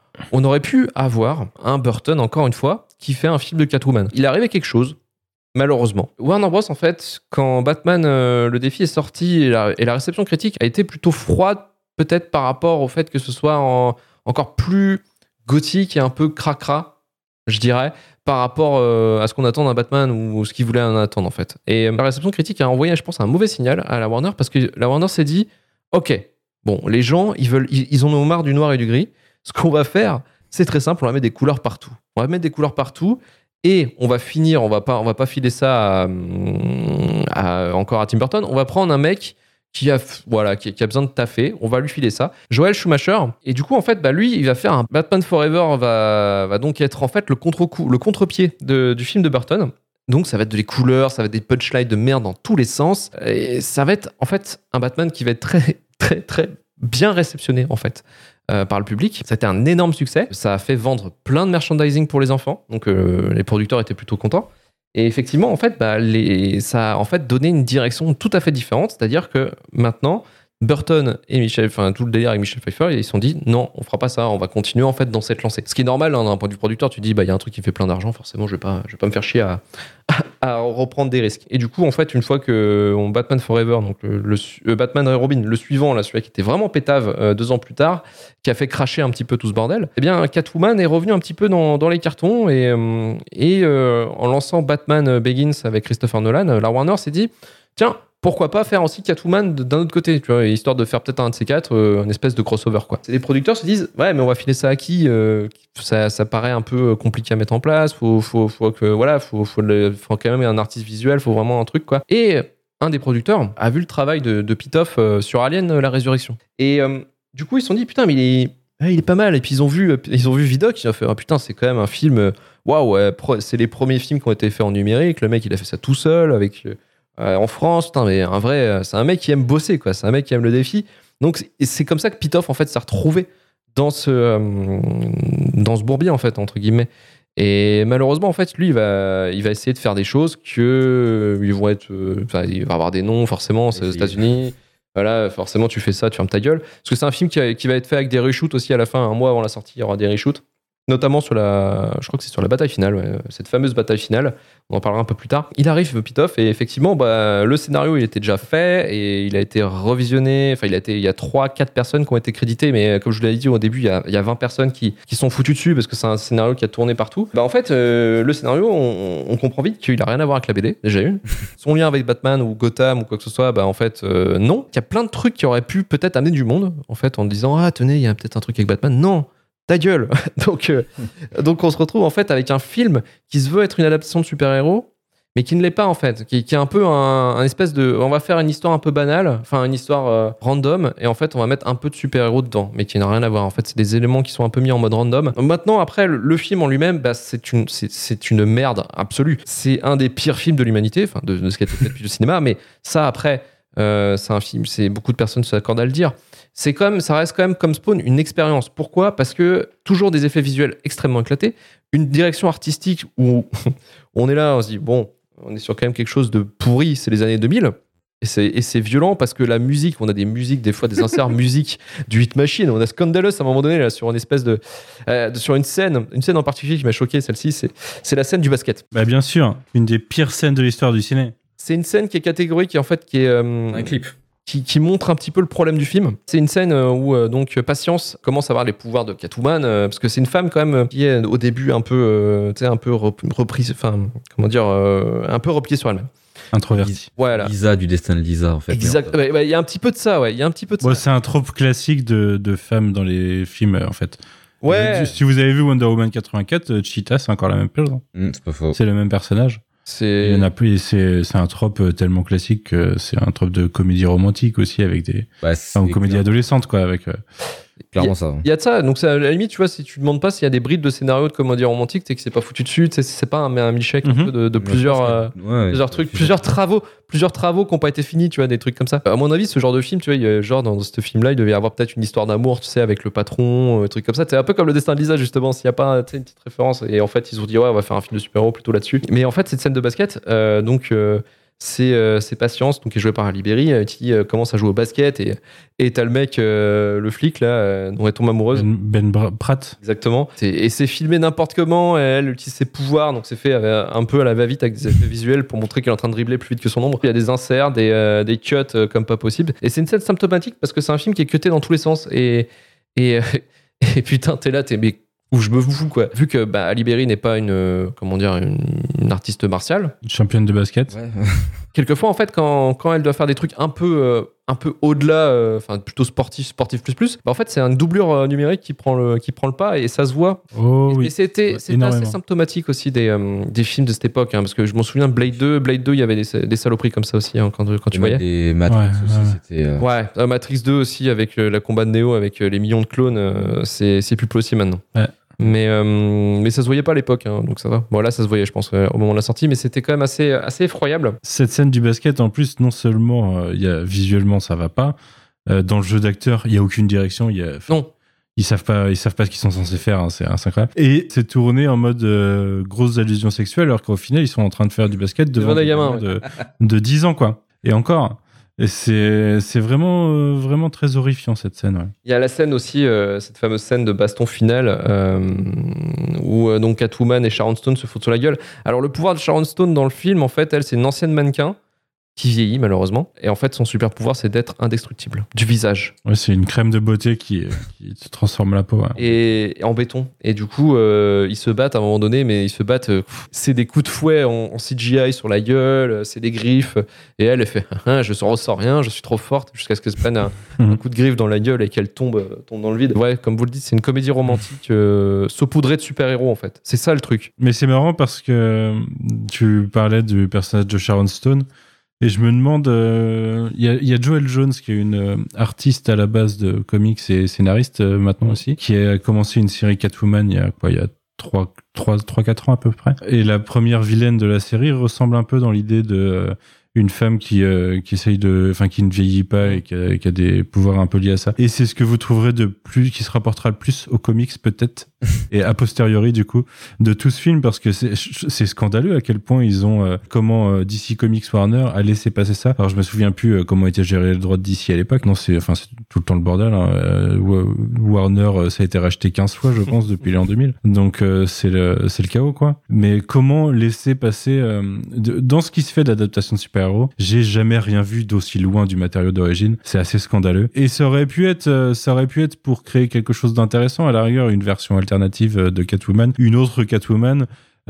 on aurait pu avoir un Burton, encore une fois, qui fait un film de Catwoman. Il est arrivé quelque chose, malheureusement. Warner Bros, en fait, quand Batman, le défi est sorti et la réception critique a été plutôt froide, peut-être par rapport au fait que ce soit encore plus gothique et un peu cracra, je dirais, par rapport à ce qu'on attend d'un Batman ou ce qu'ils voulaient en attendre, en fait. Et la réception critique a envoyé, je pense, un mauvais signal à la Warner parce que la Warner s'est dit, ok, bon, les gens, ils en ont marre du noir et du gris. Ce qu'on va faire, c'est très simple, on va mettre des couleurs partout. On va mettre des couleurs partout et on va finir, on va pas filer ça encore à Tim Burton. On va prendre un mec qui a besoin de taffer, on va lui filer ça. Joel Schumacher, et du coup, en fait, lui, il va faire un Batman Forever, va donc être en fait le contre-pied du film de Burton. Donc, ça va être des couleurs, ça va être des punchlines de merde dans tous les sens. Et ça va être, en fait, un Batman qui va être très, très, très bien réceptionné, en fait, par le public. Ça a été un énorme succès. Ça a fait vendre plein de merchandising pour les enfants. Donc, les producteurs étaient plutôt contents. Et effectivement, en fait, ça a en fait donné une direction tout à fait différente. C'est-à-dire que maintenant, Burton et tout le délire avec Michel Pfeiffer, ils se sont dit non, on fera pas ça, on va continuer en fait dans cette lancée. Ce qui est normal, d'un point de vue producteur, tu dis il y a un truc qui fait plein d'argent, forcément, je vais pas me faire chier à reprendre des risques. Et du coup, en fait, une fois que Batman Forever, donc le Batman et Robin, le suivant, là, celui qui était vraiment pétave 2 ans plus tard, qui a fait cracher un petit peu tout ce bordel, eh bien, Catwoman est revenu un petit peu dans les cartons et en lançant Batman Begins avec Christopher Nolan, la Warner s'est dit tiens, pourquoi pas faire aussi Catwoman d'un autre côté, tu vois, histoire de faire peut-être un de ces quatre, une espèce de crossover, quoi. Les producteurs se disent, ouais, mais on va filer ça à qui ça paraît un peu compliqué à mettre en place, faut quand même un artiste visuel, faut vraiment un truc, quoi. Et un des producteurs a vu le travail de Pitoff sur Alien, la Résurrection. Et du coup, ils se sont dit, putain, mais il est pas mal. Et puis ils ont vu Vidoc, ils ont fait, oh, putain, c'est quand même un film, waouh, ouais, c'est les premiers films qui ont été faits en numérique, le mec, il a fait ça tout seul, avec... en France, putain, mais c'est un mec qui aime bosser, quoi. C'est un mec qui aime le défi. Donc, c'est comme ça que Pitoff, en fait, s'est retrouvé dans ce bourbier, en fait, entre guillemets. Et malheureusement, en fait, lui, il va essayer de faire des choses il va avoir des noms, forcément, c'est aux États-Unis. Voilà, forcément, tu fais ça, tu fermes ta gueule. Parce que c'est un film qui va être fait avec des reshoots aussi à la fin, un mois avant la sortie, il y aura des reshoots. Notamment je crois que c'est sur la bataille finale, ouais, cette fameuse bataille finale, on en parlera un peu plus tard. Il arrive, Pitoff, et effectivement, le scénario, il était déjà fait, et il a été revisionné, enfin, il y a 3-4 personnes qui ont été créditées, mais comme je vous l'avais dit au début, il y a 20 personnes qui sont foutues dessus, parce que c'est un scénario qui a tourné partout. En fait, le scénario, on comprend vite qu'il a rien à voir avec la BD, déjà une. Son lien avec Batman, ou Gotham, ou quoi que ce soit, en fait, non. Il y a plein de trucs qui auraient pu peut-être amener du monde, en fait, en disant, ah, tenez, il y a peut-être un truc avec Batman. Non! Ta gueule. Donc on se retrouve en fait avec un film qui se veut être une adaptation de super-héros, mais qui ne l'est pas en fait, qui est un peu un espèce de... On va faire une histoire un peu banale, enfin une histoire random, et en fait on va mettre un peu de super-héros dedans, mais qui n'a rien à voir. En fait, c'est des éléments qui sont un peu mis en mode random. Maintenant, après, le film en lui-même, c'est une merde absolue. C'est un des pires films de l'humanité, enfin de ce qui a été fait depuis le cinéma, mais ça après... c'est un film, beaucoup de personnes s'accordent à le dire. Ça reste quand même comme Spawn une expérience. Pourquoi ? Parce que toujours des effets visuels extrêmement éclatés, une direction artistique où on est là, on se dit bon, on est sur quand même quelque chose de pourri, c'est les années 2000. Et c'est violent parce que la musique, on a des musiques, des fois des inserts musique du Hit Machine. On a Scandalous à un moment donné là sur une espèce de sur une scène en particulier qui m'a choqué. Celle-ci, c'est la scène du basket. Bien sûr, une des pires scènes de l'histoire du ciné. C'est une scène qui est catégorique et en fait qui est un clip qui montre un petit peu le problème du film. C'est une scène où donc Patience commence à avoir les pouvoirs de Catwoman parce que c'est une femme quand même qui est au début un peu reprise, enfin comment dire, un peu repliée sur elle-même. Introvertie. Voilà. Lisa du destin de Lisa en fait. Exact. Il y a un petit peu de ça, ouais. Il y a un petit peu de ça. C'est un trope classique de femmes dans les films en fait. Ouais. Si vous avez vu Wonder Woman 84, Cheetah c'est encore la même chose. C'est pas faux. C'est le même personnage. Il y en a plus, c'est un trope tellement classique que c'est un trope de comédie romantique aussi avec des comédie adolescente quoi avec clairement ça. Il y a de ça, donc à la limite tu vois si tu demandes pas s'il y a des brides de scénario de comédie romantique, c'est que c'est pas foutu dessus, c'est pas un milkshake un peu de plusieurs trucs, plusieurs travaux qui n'ont pas été finis, tu vois, des trucs comme ça. À mon avis, ce genre de film, tu vois, genre dans ce film-là, il devait y avoir peut-être une histoire d'amour, tu sais, avec le patron, truc comme ça. C'est un peu comme le destin de Lisa, justement, s'il n'y a pas une petite référence. Et en fait, ils ont dit, ouais, on va faire un film de super-héros plutôt là-dessus. Mais en fait, cette scène de basket, c'est Patience, donc qui est joué par Halle Berry, qui commence à jouer au basket et t'as le mec, le flic là, dont elle tombe amoureuse. Ben Pratt. Exactement. Et c'est filmé n'importe comment. Et elle utilise ses pouvoirs, donc c'est fait un peu à la va-vite avec des effets visuels pour montrer qu'elle est en train de dribbler plus vite que son ombre. Il y a des inserts, des cuts comme pas possible. Et c'est une scène symptomatique parce que c'est un film qui est cuté dans tous les sens. Et putain, t'es là, mais où je me fous quoi. Vu que Halle Berry n'est pas une artiste martiale, Une championne de basket. Ouais. quelquefois en fait quand elle doit faire des trucs un peu au-delà, enfin plutôt sportif plus, en fait c'est une doublure numérique qui prend le pas et ça se voit. Oh Et oui. c'était assez énormément. symptomatique aussi des films de cette époque, parce que je m'en souviens Blade 2, il y avait des saloperies comme ça aussi quand tu voyais. Des Matrix Ouais, aussi, ouais. c'était. Ouais, Matrix 2 aussi avec la combat de Neo avec les millions de clones, c'est plus possible maintenant. Ouais. Mais ça se voyait pas à l'époque, donc ça va. Bon là ça se voyait je pense au moment de la sortie, mais c'était quand même assez effroyable. Cette scène du basket, en plus, non seulement visuellement ça va pas, dans le jeu d'acteur, il y a aucune direction. Non. Ils savent pas ce qu'ils sont censés faire, hein, c'est incroyable. Et c'est tourné en mode grosse allusion sexuelle, alors qu'au final ils sont en train de faire du basket devant des des gamins, gamins de 10 ans quoi. Et encore. Et c'est vraiment vraiment très horrifiant cette scène. Ouais. Il y a la scène aussi, cette fameuse scène de baston finale où donc Catwoman et Sharon Stone se foutent sur la gueule. Alors le pouvoir de Sharon Stone dans le film, en fait, elle c'est une ancienne mannequin qui vieillit malheureusement. Et en fait son super pouvoir c'est d'être indestructible du visage. Ouais, c'est une crème de beauté qui se transforme la peau. Ouais. Et en béton. Et du coup ils se battent à un moment donné, mais ils se battent, c'est des coups de fouet en CGI sur la gueule, c'est des griffes. Et elle fait je ressors rien, je suis trop forte, jusqu'à ce qu'elle se prenne un coup de griffe dans la gueule et qu'elle tombe dans le vide. Ouais, comme vous le dites, c'est une comédie romantique saupoudrée de super-héros en fait. C'est ça le truc. Mais c'est marrant parce que tu parlais du personnage de Sharon Stone. Et je me demande, il y a Joelle Jones qui est une artiste à la base de comics et scénariste maintenant aussi, qui a commencé une série Catwoman il y a 3-4 ans à peu près. Et la première vilaine de la série ressemble un peu dans l'idée de une femme qui essaye qui ne vieillit pas et qui a des pouvoirs un peu liés à ça. Et c'est ce que vous trouverez de plus, qui se rapportera le plus aux comics peut-être, et a posteriori du coup, de tout ce film, parce que c'est scandaleux à quel point ils ont, comment DC Comics Warner a laissé passer ça. Alors je me souviens plus comment était géré le droit de DC à l'époque. Non, c'est tout le temps le bordel. Hein. Warner, ça a été racheté 15 fois, je pense, depuis l'an 2000. Donc c'est le chaos, quoi. Mais comment laisser passer dans ce qui se fait d'adaptation de super-héros, j'ai jamais rien vu d'aussi loin du matériau d'origine. C'est assez scandaleux. Et ça aurait pu être pour créer quelque chose d'intéressant, à la rigueur, une version alternative de Catwoman, une autre Catwoman,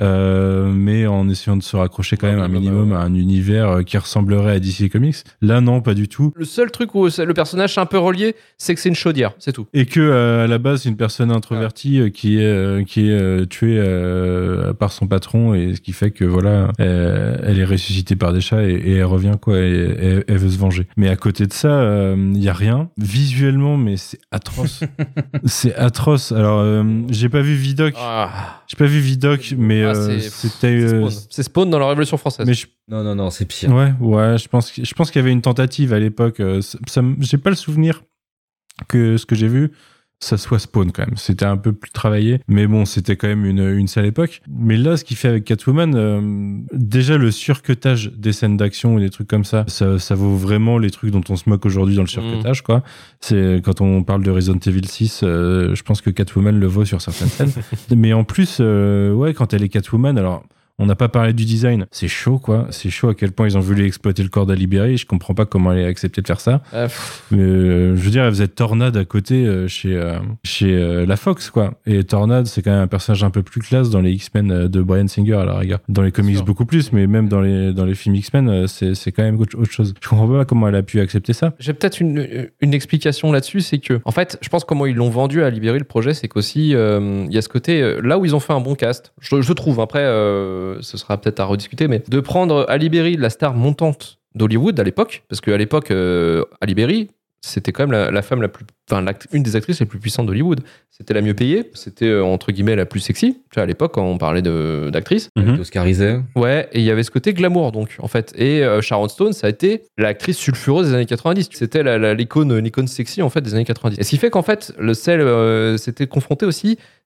mais en essayant de se raccrocher quand même un minimum à un univers qui ressemblerait à DC Comics. Là, non, pas du tout. Le seul truc où le personnage est un peu relié, c'est que c'est une chaudière, c'est tout. Et que à la base, c'est une personne introvertie qui est tuée par son patron, et ce qui fait que voilà, elle est ressuscitée par des chats et elle revient quoi, et elle veut se venger. Mais à côté de ça, il y a rien visuellement, mais c'est atroce. C'est atroce. Alors, j'ai pas vu Vidoc. J'ai pas vu Vidoc, mais c'était c'est Spawn dans la Révolution française. Mais Non, c'est pire. Ouais, je pense qu'il y avait une tentative à l'époque. J'ai pas le souvenir que ce que j'ai vu, ça soit Spawn quand même. C'était un peu plus travaillé, mais bon, c'était quand même une sale époque. Mais là, ce qu'il fait avec Catwoman, déjà le surcutage des scènes d'action et des trucs comme ça vaut vraiment les trucs dont on se moque aujourd'hui dans le surcutage, quoi. C'est quand on parle de Resident Evil 6, je pense que Catwoman le vaut sur certaines scènes. Mais en plus, quand elle est Catwoman, alors on n'a pas parlé du design. C'est chaud, quoi. C'est chaud à quel point ils ont voulu exploiter le corps d'Halle Berry. Je comprends pas comment elle a accepté de faire ça. Mais, je veux dire, elle faisait Tornade à côté chez la Fox, quoi. Et Tornade, c'est quand même un personnage un peu plus classe dans les X-Men de Bryan Singer, à la rigueur. Dans les comics, beaucoup plus, mais même dans les films X-Men, c'est quand même autre chose. Je comprends pas comment elle a pu accepter ça. J'ai peut-être une explication là-dessus, c'est que, en fait, je pense comment ils l'ont vendu à Halle Berry, le projet, c'est qu'aussi, il y a ce côté, là où ils ont fait un bon cast, je trouve, après, ce sera peut-être à rediscuter, mais de prendre Halle Berry, la star montante d'Hollywood à l'époque, parce qu'à l'époque, Halle Berry, c'était quand même la femme une des actrices les plus puissantes d'Hollywood. C'était la mieux payée, c'était entre guillemets la plus sexy. Tu vois, à l'époque, quand on parlait d'actrice. Oscarisée. Ouais, et il y avait ce côté glamour, donc, en fait. Et Sharon Stone, ça a été l'actrice sulfureuse des années 90. C'était l'icône sexy, en fait, des années 90. Et ce qui fait qu'en fait, le sel s'était confronté aussi,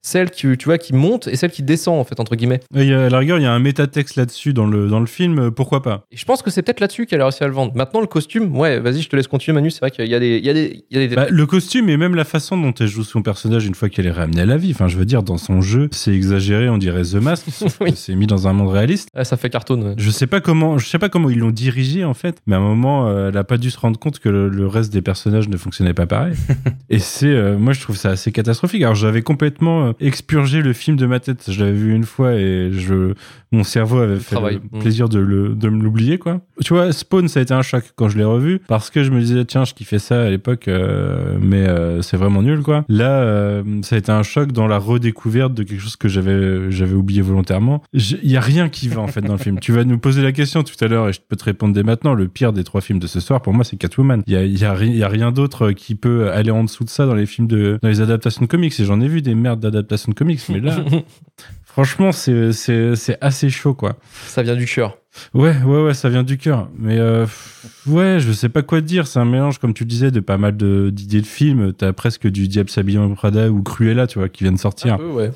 celle qui, tu vois, qui monte et celle qui descend, en fait, entre guillemets. Et à la rigueur, il y a un métatexte là-dessus dans le film, pourquoi pas. Et je pense que c'est peut-être là-dessus qu'elle a réussi à le vendre. Maintenant, le costume, ouais, vas-y, je te laisse continuer, Manu. C'est vrai qu'il y a des... Le costume et même la façon dont elle joue son personnage une fois qu'elle est ramenée à la vie. Enfin, je veux dire, dans son jeu, c'est exagéré, on dirait The Mask. Oui. C'est mis dans un monde réaliste. Ouais, ça fait cartoon, ouais. Je sais pas comment ils l'ont dirigé, en fait. Mais à un moment, elle a pas dû se rendre compte que le reste des personnages ne fonctionnait pas pareil. Et moi, je trouve ça assez catastrophique. Alors, j'avais complètement expurgé le film de ma tête. Je l'avais vu une fois et mon cerveau avait fait le plaisir de me l'oublier, quoi. Tu vois, Spawn, ça a été un choc quand je l'ai revu parce que je me disais, tiens, je kiffais ça à l'époque, mais c'est vraiment nul, quoi. Là, ça a été un choc dans la redécouverte de quelque chose que j'avais oublié volontairement. Il y a rien qui va, en fait, dans le film. Tu vas nous poser la question tout à l'heure et je peux te répondre dès maintenant. Le pire des 3 films de ce soir, pour moi, c'est Catwoman. Il y a rien d'autre qui peut aller en dessous de ça dans les adaptations de comics. Et j'en ai vu des merdes d'adaptations de comics, mais là, franchement, c'est assez chaud, quoi. Ça vient du cœur. Ouais, ça vient du cœur. Mais ouais, je sais pas quoi te dire. C'est un mélange, comme tu le disais, de pas mal d'idées de films. T'as presque du Diable s'habille en Prada ou Cruella, tu vois, qui viennent sortir. Un peu, ouais.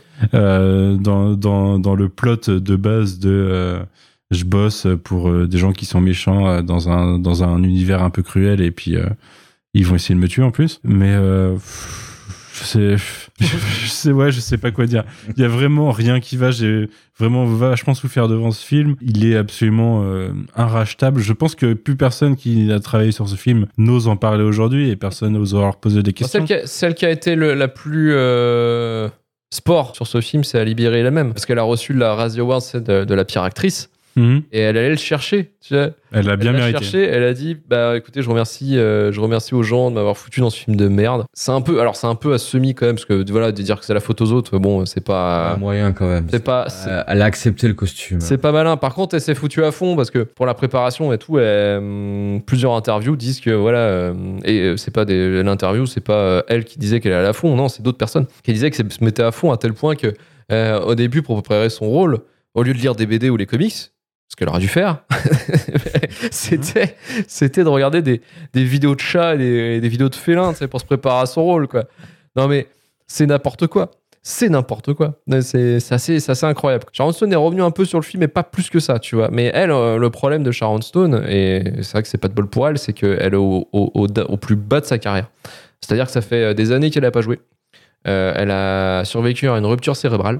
Dans le plot de base de je bosse pour des gens qui sont méchants dans un univers un peu cruel et puis ils vont essayer de me tuer en plus. Mais je sais pas quoi dire. Il y a vraiment rien qui va. J'ai vraiment vachement souffert devant ce film. Il est absolument inrachetable. Je pense que plus personne qui a travaillé sur ce film n'ose en parler aujourd'hui et personne n'ose leur poser des questions. Celle qui a été la plus sport sur ce film, c'est Ali Berry elle-même, parce qu'elle a reçu la Razzie Award de la pire actrice. Et elle allait le chercher, tu vois. Elle a bien mérité. Cherché, elle a dit, bah écoutez, je remercie aux gens de m'avoir foutu dans ce film de merde. C'est un peu à semi quand même, parce que voilà, de dire que c'est la faute aux autres, bon, c'est pas moyen quand même. Elle a accepté le costume. C'est pas malin. Par contre, elle s'est foutue à fond parce que pour la préparation et tout, plusieurs interviews disent que voilà, et c'est pas l'interview, c'est pas elle qui disait qu'elle allait à fond, non, c'est d'autres personnes qui disaient qu'elle se mettait à fond à tel point que au début, pour préparer son rôle, au lieu de lire des BD ou les comics, ce qu'elle aurait dû faire, c'était de regarder des vidéos de chats et des vidéos de félins, tu sais, pour se préparer à son rôle, quoi. Non mais c'est n'importe quoi. C'est assez incroyable. Sharon Stone est revenue un peu sur le film, mais pas plus que ça, tu vois. Mais elle, le problème de Sharon Stone, et c'est vrai que c'est pas de bol pour elle, c'est qu'elle est au plus bas de sa carrière. C'est-à-dire que ça fait des années qu'elle n'a pas joué. Elle a survécu à une rupture cérébrale.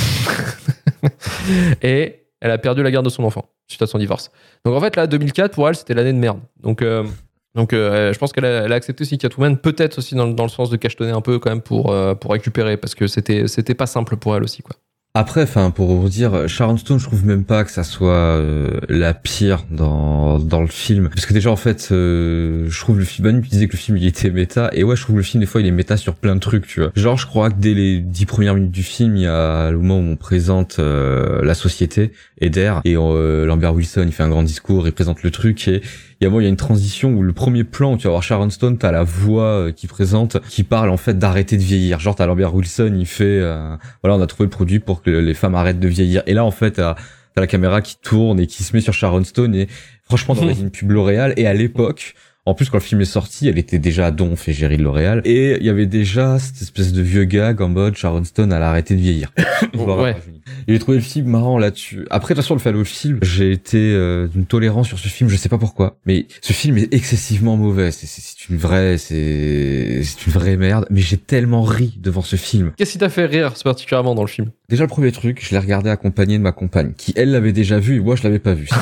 Et elle a perdu la garde de son enfant suite à son divorce. Donc en fait, là, 2004, pour elle, c'était l'année de merde. Donc je pense qu'elle a accepté aussi Catwoman, peut-être aussi dans le sens de cachetonner un peu quand même pour récupérer, parce que c'était pas simple pour elle aussi, quoi. Après, pour vous dire, Sharon Stone, je trouve même pas que ça soit la pire dans le film, parce que déjà en fait, je trouve le film, Manu disait que le film il était méta, et ouais, je trouve le film des fois il est méta sur plein de trucs, tu vois. Genre, je crois que dès les 10 premières minutes du film, il y a le moment où on présente la société Eder, et Lambert Wilson, il fait un grand discours, il présente le truc, et il y a une transition où le premier plan où tu vas voir Sharon Stone, t'as la voix qui présente, qui parle en fait d'arrêter de vieillir. Genre t'as Lambert Wilson, il fait voilà, on a trouvé le produit pour que les femmes arrêtent de vieillir. Et là en fait t'as la caméra qui tourne et qui se met sur Sharon Stone, et franchement dans une pub L'Oréal, et à l'époque, en plus quand le film est sorti, elle était déjà Donf, égérie de L'Oréal, et il y avait déjà cette espèce de vieux gag en mode Sharon Stone elle a arrêté de vieillir. Ouais. J'ai trouvé le film marrant là-dessus. Après, de toute façon, le film, j'ai été d'une tolérance sur ce film, je sais pas pourquoi, mais ce film est excessivement mauvais. C'est une vraie merde. Mais j'ai tellement ri devant ce film. Qu'est-ce qui t'a fait rire particulièrement dans le film? Déjà, le premier truc, je l'ai regardé accompagné de ma compagne, qui elle l'avait déjà vu et moi je l'avais pas vu.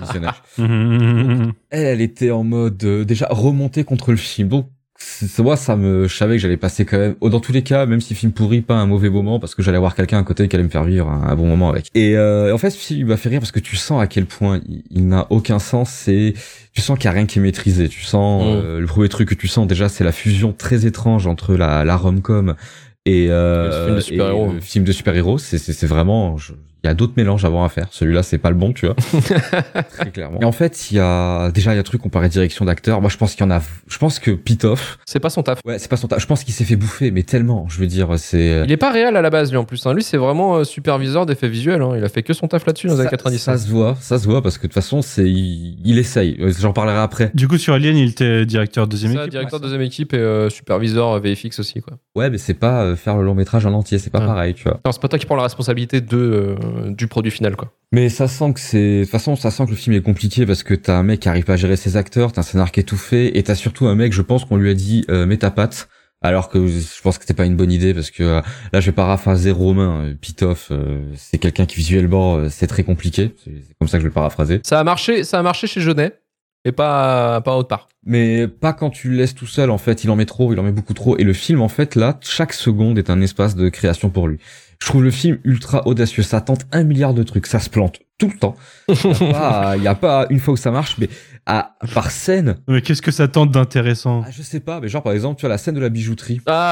Elle était en mode déjà remontée contre le film. Donc moi, je savais que j'allais passer quand même, dans tous les cas, même si film pourri, pas un mauvais moment, parce que j'allais avoir quelqu'un à côté qui allait me faire vivre un bon moment avec. Et en fait, ce film, il m'a fait rire parce que tu sens à quel point il n'a aucun sens, et tu sens qu'il n'y a rien qui est maîtrisé. Tu sens, le premier truc que tu sens déjà, c'est la fusion très étrange entre la rom-com et le film de super-héros. C'est vraiment, Il y a d'autres mélanges avant à faire. Celui-là, c'est pas le bon, tu vois. Très clairement. Et en fait, il y a un truc, on parlait de direction d'acteur. Moi, je pense qu'il y en a, je pense que Pitoff. C'est pas son taf. Ouais, c'est pas son taf. Je pense qu'il s'est fait bouffer, mais tellement. Je veux dire, c'est. Il est pas réel à la base, lui, en plus. Hein. Lui, c'est vraiment superviseur d'effets visuels. Hein. Il a fait que son taf là-dessus dans les années 90. Ça se voit, parce que de toute façon, il essaye. J'en parlerai après. Du coup, sur Alien, il était directeur deuxième équipe. Directeur deuxième équipe et superviseur VFX aussi, quoi. Ouais, mais c'est pas faire le long métrage en entier, c'est pas pareil, tu vois. Non, c'est pas toi qui prends la responsabilité du produit final, quoi. Mais ça sent que de toute façon, ça sent que le film est compliqué parce que t'as un mec qui arrive pas à gérer ses acteurs, t'as un scénar qui est tout fait, et t'as surtout un mec, je pense qu'on lui a dit, mets ta patte. Alors que je pense que c'était pas une bonne idée parce que là je vais paraphraser Romain Pitoff, c'est quelqu'un qui visuellement c'est très compliqué, c'est comme ça que je vais le paraphraser. Ça a marché chez Jeunet et pas autre part. Mais pas quand tu le laisses tout seul en fait, il en met beaucoup trop et le film en fait là, chaque seconde est un espace de création pour lui. Je trouve le film ultra audacieux, ça tente 1 milliard de trucs, ça se plante tout le temps. Il y a pas une fois où ça marche, mais par scène. Mais qu'est-ce que ça tente d'intéressant? Je sais pas, mais genre par exemple, tu vois la scène de la bijouterie. Oh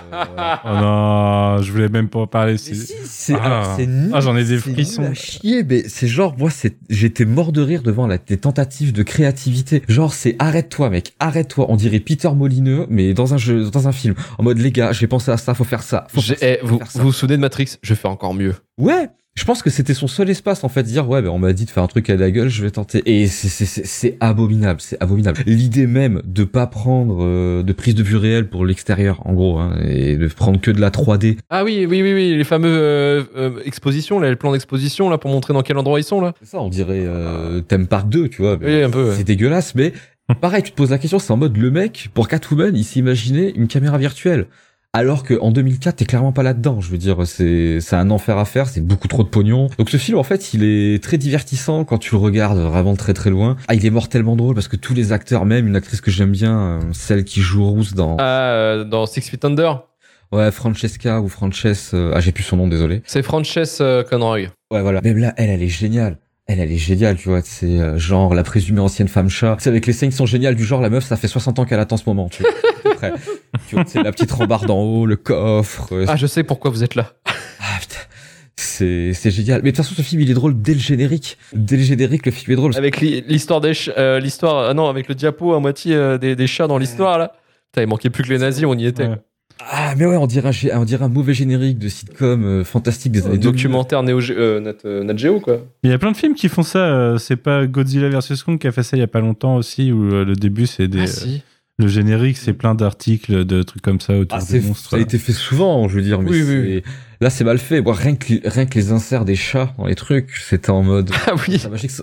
non, je voulais même pas en parler. C'est nul. J'en ai des frissons. Nul à chier, mais c'est genre moi j'étais mort de rire devant des tentatives de créativité. Genre c'est arrête-toi mec, arrête-toi. On dirait Peter Molineux, mais dans un film. En mode les gars, j'ai pensé à ça, faut faire ça. Vous vous souvenez de Matrix? Je fais encore mieux. Ouais. Je pense que c'était son seul espace en fait, dire ouais, on m'a dit de faire un truc à la gueule, je vais tenter. Et c'est abominable, c'est abominable. L'idée même de pas prendre de prise de vue réelle pour l'extérieur, en gros, hein, et de prendre que de la 3D. Ah oui, les fameux expositions, là, le plan d'exposition là pour montrer dans quel endroit ils sont là. C'est ça, on dirait Theme Park 2, tu vois. Oui, un peu. C'est dégueulasse, mais pareil, tu te poses la question, c'est en mode le mec pour Catwoman, il s'imaginait une caméra virtuelle. Alors que en 2004, t'es clairement pas là-dedans. Je veux dire, c'est un enfer à faire, c'est beaucoup trop de pognon. Donc ce film, en fait, il est très divertissant quand tu le regardes vraiment très très loin. Il est mortellement drôle parce que tous les acteurs, même une actrice que j'aime bien, celle qui joue Rousse dans Six Feet Under. Ouais, Francesca ou Frances. J'ai plus son nom, désolé. C'est Frances Conroy. Ouais, voilà. Même là, elle est géniale. Elle est géniale, tu vois, c'est genre la présumée ancienne femme chat. C'est avec les scènes qui sont géniales du genre la meuf, ça fait 60 ans qu'elle attend ce moment, tu vois. Après, tu vois, c'est la petite rambarde en haut, le coffre. Je sais pourquoi vous êtes là. Putain. C'est génial. Mais de toute façon, ce film, il est drôle dès le générique. Dès le générique, le film est drôle. Avec l'histoire avec le diapo à moitié des chats dans l'histoire, là. Putain, il manquait plus que les nazis, on y était. Ouais. Mais ouais, on dirait un mauvais générique de sitcom fantastique des années 2000. Documentaire Nat Geo, quoi. Il y a plein de films qui font ça. C'est pas Godzilla vs Kong qui a fait ça il y a pas longtemps aussi, où le début c'est si. Le générique, c'est plein d'articles, de trucs comme ça autour des monstres. Ça a été fait souvent, je veux dire, mais oui. Là, c'est mal fait. Bon, rien que les inserts des chats dans les trucs, c'était en mode. Ah oui. C'est magique, ça.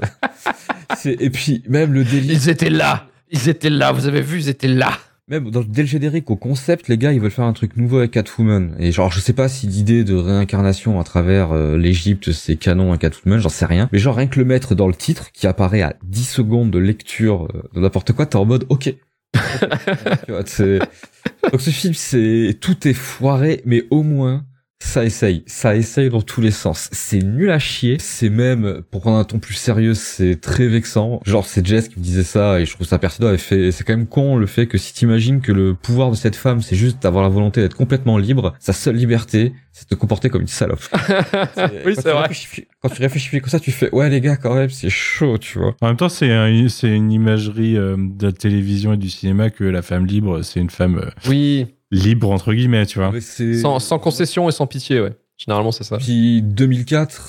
Et puis, même le délire. Ils étaient là, vous avez vu, ils étaient là. Même dès le générique, au concept, les gars, ils veulent faire un truc nouveau avec Catwoman. Et genre, je sais pas si l'idée de réincarnation à travers l'Égypte, c'est canon à Catwoman, j'en sais rien. Mais genre, rien que le mettre dans le titre, qui apparaît à 10 secondes de lecture de n'importe quoi, t'es en mode, ok. Tu vois, donc ce film, tout est foiré, mais au moins, ça essaye dans tous les sens. C'est nul à chier, c'est même, pour prendre un ton plus sérieux, c'est très vexant. Genre, c'est Jess qui me disait ça, et je trouve ça pertinent, c'est quand même con le fait que si t'imagines que le pouvoir de cette femme, c'est juste d'avoir la volonté d'être complètement libre, sa seule liberté, c'est de te comporter comme une salope. Oui, c'est vrai. Quand tu réfléchis comme ça, tu fais, ouais les gars, quand même, c'est chaud, tu vois. En même temps, c'est une imagerie de la télévision et du cinéma que la femme libre, c'est une femme... Oui. Libre, entre guillemets, tu vois. Sans concession et sans pitié, ouais. Généralement, c'est ça. Puis 2004,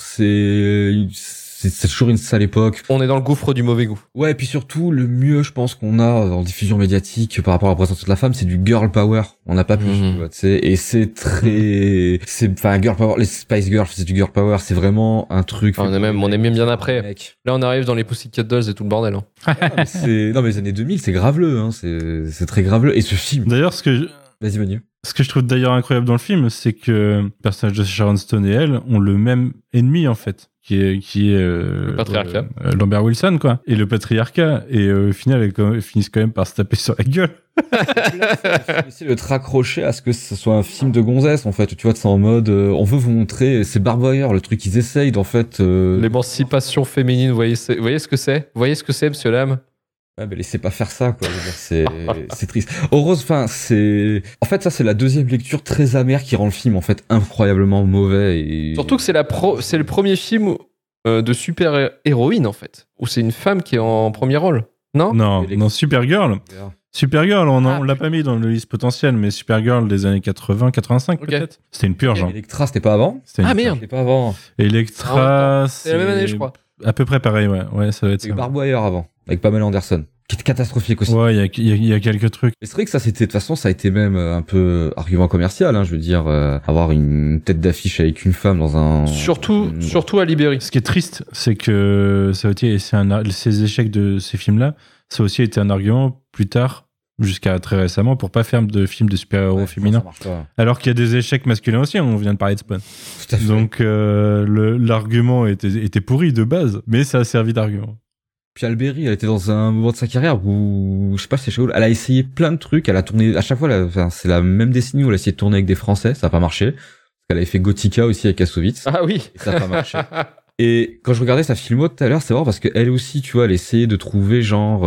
c'est toujours une sale époque. On est dans le gouffre du mauvais goût. Ouais, et puis surtout, le mieux, je pense, qu'on a en diffusion médiatique par rapport à la présence de la femme, c'est du girl power. On n'a pas plus, tu vois, tu sais. Et c'est très... girl power, les Spice Girls, c'est du girl power, c'est vraiment un truc... On est même bien après. Mec. Là, on arrive dans les Pussycat Dolls et tout le bordel. Hein. Non, mais les années 2000, c'est graveleux, hein. C'est très graveleux. Et ce film... D'ailleurs, Vas-y, Manu. Ce que je trouve d'ailleurs incroyable dans le film, c'est que le personnage de Sharon Stone et elle ont le même ennemi, en fait, qui est le patriarcat. Lambert Wilson, quoi. Et le patriarcat. Et au final, elles finissent quand même par se taper sur la gueule. C'est de te raccrocher à ce que ce soit un film de gonzesse, en fait. Tu vois, c'est en mode, on veut vous montrer, c'est Barbwire, le truc qu'ils essayent, en fait. L'émancipation féminine, vous voyez ce que c'est? Vous voyez ce que c'est, monsieur Lam? Ouais, mais laissez pas faire ça, quoi. Je veux dire, c'est triste. Heureuse, enfin, en fait, ça, c'est la deuxième lecture très amère qui rend le film, en fait, incroyablement mauvais et... Surtout que c'est le premier film de super-héroïne, en fait. Où c'est une femme qui est en premier rôle. Non? Non, Supergirl. Supergirl, on l'a pas mis dans le liste potentiel, mais Supergirl des années 80, 85 peut-être. C'était une purge. Electra, c'était pas avant? Merde. C'était pas avant. Electra, c'est la même année, je crois. À peu près pareil, ouais, ça va être ça. Avec Barbwire avant, avec Pamela Anderson, qui était catastrophique aussi. Ouais, il y a quelques trucs. Mais c'est vrai que ça, c'était, de toute façon, ça a été même un peu argument commercial, hein, je veux dire, avoir une tête d'affiche avec une femme dans un... Surtout à Libéry. Ce qui est triste, c'est que ça a été, ces échecs de ces films-là, ça a aussi été un argument plus tard, jusqu'à très récemment, pour pas faire de films de super-héros féminins. Alors qu'il y a des échecs masculins aussi, on vient de parler de Spawn. Donc l'argument était pourri de base, mais ça a servi d'argument. Puis Alberi, elle était dans un moment de sa carrière où, je sais pas si c'est chez vous, elle a essayé plein de trucs, elle a tourné, à chaque fois, c'est la même décennie où elle a essayé de tourner avec des Français, ça a pas marché. Elle avait fait Gothica aussi avec Kassovitz. Ah oui. Et ça a pas marché. Et quand je regardais sa filmo tout à l'heure, c'est vrai parce qu'elle aussi, tu vois, elle essayait de trouver genre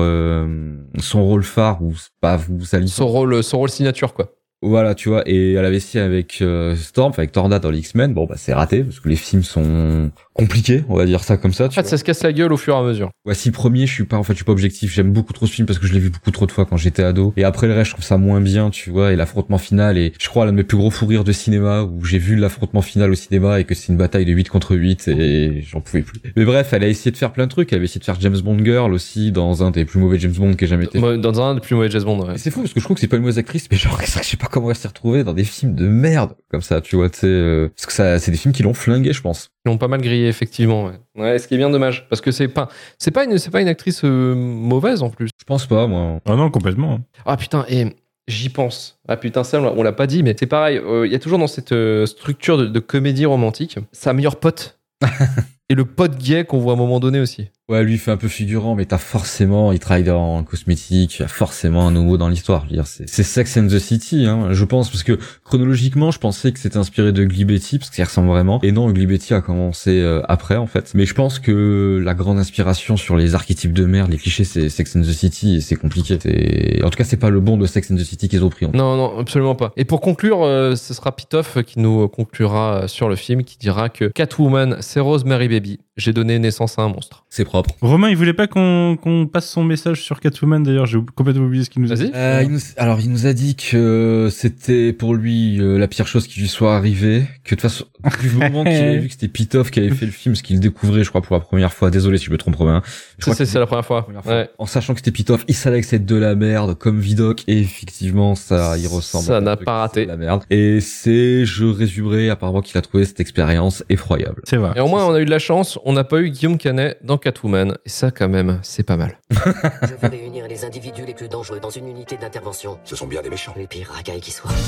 son rôle phare ou pas vous ça son rôle signature quoi. Voilà, tu vois, et elle avait essayé avec Storm, avec Tornade dans les X-Men. Bon, bah c'est raté parce que les films sont compliqués, on va dire ça comme ça. En fait, ça se casse la gueule au fur et à mesure. Ouais, si premier, je suis pas objectif. J'aime beaucoup trop ce film parce que je l'ai vu beaucoup trop de fois quand j'étais ado. Et après le reste, je trouve ça moins bien, tu vois. Et l'affrontement final, et je crois l'un de mes plus gros fous rires de cinéma où j'ai vu l'affrontement final au cinéma et que c'est une bataille de 8 contre 8 et j'en pouvais plus. Mais bref, elle a essayé de faire plein de trucs. Elle avait essayé de faire James Bond Girl aussi dans un des plus mauvais James Bond qui ait jamais été. Dans un des plus mauvais James Bond. Ouais. C'est fou parce que je trouve que c'est pas une mauvaise actrice, mais genre je sais pas comment elle s'est retrouvée dans des films de merde comme ça, tu vois. Parce que ça, c'est des films qui l'ont flingué, je pense. Ils l'ont pas mal grillé, effectivement. Ouais, ce qui est bien dommage, parce que c'est pas une actrice mauvaise en plus. Je pense pas, moi. Ah non, complètement. Ah putain, et j'y pense. Ah putain, ça on l'a pas dit, mais c'est pareil. Il y a toujours dans cette structure de comédie romantique sa meilleure pote et le pote gay qu'on voit à un moment donné aussi. Ouais, lui il fait un peu figurant, mais il travaille dans cosmétique, il y a forcément un homo dans l'histoire. Je veux dire, c'est Sex and the City, hein, je pense, parce que chronologiquement, je pensais que c'était inspiré de Ugly Betty, parce qu'il ressemble vraiment. Et non, Ugly Betty a commencé après, en fait. Mais je pense que la grande inspiration sur les archétypes de merde, les clichés, c'est Sex and the City, et c'est compliqué. En tout cas, c'est pas le bon de Sex and the City qu'ils ont pris. Non, absolument pas. Et pour conclure, ce sera Pitoff qui nous conclura sur le film, qui dira que Catwoman, c'est Rosemary Baby. J'ai donné naissance à un monstre. C'est propre. Romain, il voulait pas qu'on passe son message sur Catwoman, d'ailleurs, j'ai complètement oublié ce qu'il nous a dit. Il nous a dit que c'était pour lui la pire chose qui lui soit arrivée, que de toute façon, du moment qu'il avait vu que c'était Pitoff qui avait fait le film, ce qu'il découvrait, je crois, pour la première fois. Désolé si je me trompe, Romain. C'est la première fois. Ouais. En sachant que c'était Pitoff, il savait que c'était de la merde, comme Vidocq, et effectivement, ça, il ressemble. Ça n'a pas raté. De la merde. Et je résumerai, apparemment, qu'il a trouvé cette expérience effroyable. C'est vrai. Et au moins, on a eu de la chance, on n'a pas eu Guillaume Canet dans Catwoman. Et ça, quand même, c'est pas mal. Je veux réunir les individus les plus dangereux dans une unité d'intervention. Ce sont bien des méchants. Les pires racailles qui soient.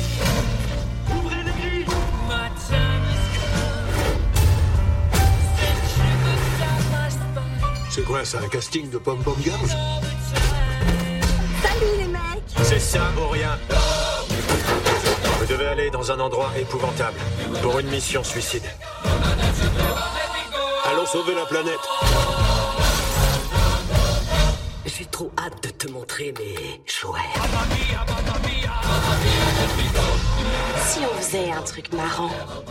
C'est quoi ça, un casting de Pom Pom Girls? Salut les mecs! C'est ça ou rien. Vous devez aller dans un endroit épouvantable pour une mission suicide. Allons sauver la planète. J'ai trop hâte de te montrer mes jouets. Si on faisait un truc marrant.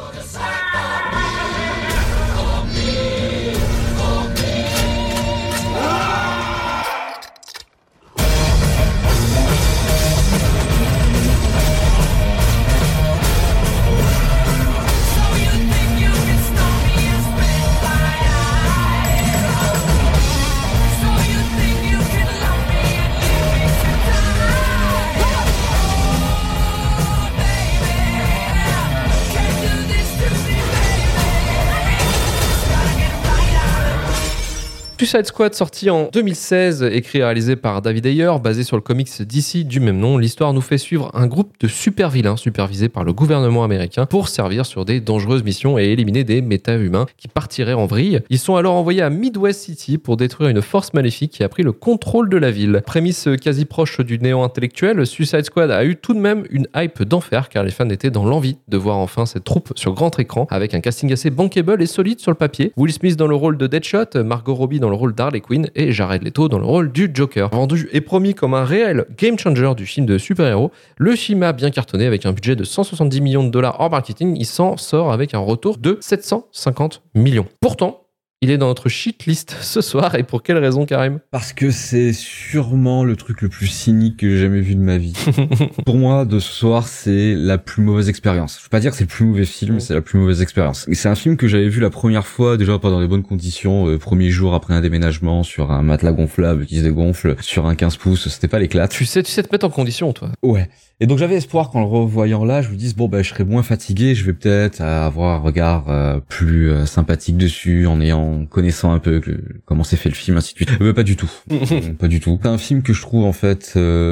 Suicide Squad, sorti en 2016, écrit et réalisé par David Ayer, basé sur le comics DC du même nom. L'histoire nous fait suivre un groupe de super vilains supervisés par le gouvernement américain pour servir sur des dangereuses missions et éliminer des méta-humains qui partiraient en vrille. Ils sont alors envoyés à Midwest City pour détruire une force maléfique qui a pris le contrôle de la ville. Prémisse quasi proche du néant intellectuel, Suicide Squad a eu tout de même une hype d'enfer car les fans étaient dans l'envie de voir enfin cette troupe sur grand écran avec un casting assez bankable et solide sur le papier. Will Smith dans le rôle de Deadshot, Margot Robbie dans dans le rôle d'Harley Quinn et Jared Leto dans le rôle du Joker. Vendu et promis comme un réel game changer du film de super-héros, le film a bien cartonné avec un budget de 170 millions de dollars hors marketing. Il s'en sort avec un retour de 750 millions. Pourtant, il est dans notre shit list ce soir, et pour quelle raison, Karim ? Parce que c'est sûrement le truc le plus cynique que j'ai jamais vu de ma vie. Pour moi, de ce soir, c'est la plus mauvaise expérience. Je veux pas dire que c'est le plus mauvais film, c'est la plus mauvaise expérience. Et c'est un film que j'avais vu la première fois, déjà pas dans les bonnes conditions, premier jour après un déménagement, sur un matelas gonflable qui se dégonfle, sur un 15 pouces, c'était pas l'éclat. Tu sais te mettre en condition, toi. Ouais. Et donc j'avais espoir qu'en le revoyant là, je me dise je serai moins fatigué, je vais peut-être avoir un regard plus sympathique dessus, en connaissant un peu comment s'est fait le film, ainsi de suite. Mais pas du tout. Pas du tout. C'est un film que je trouve en fait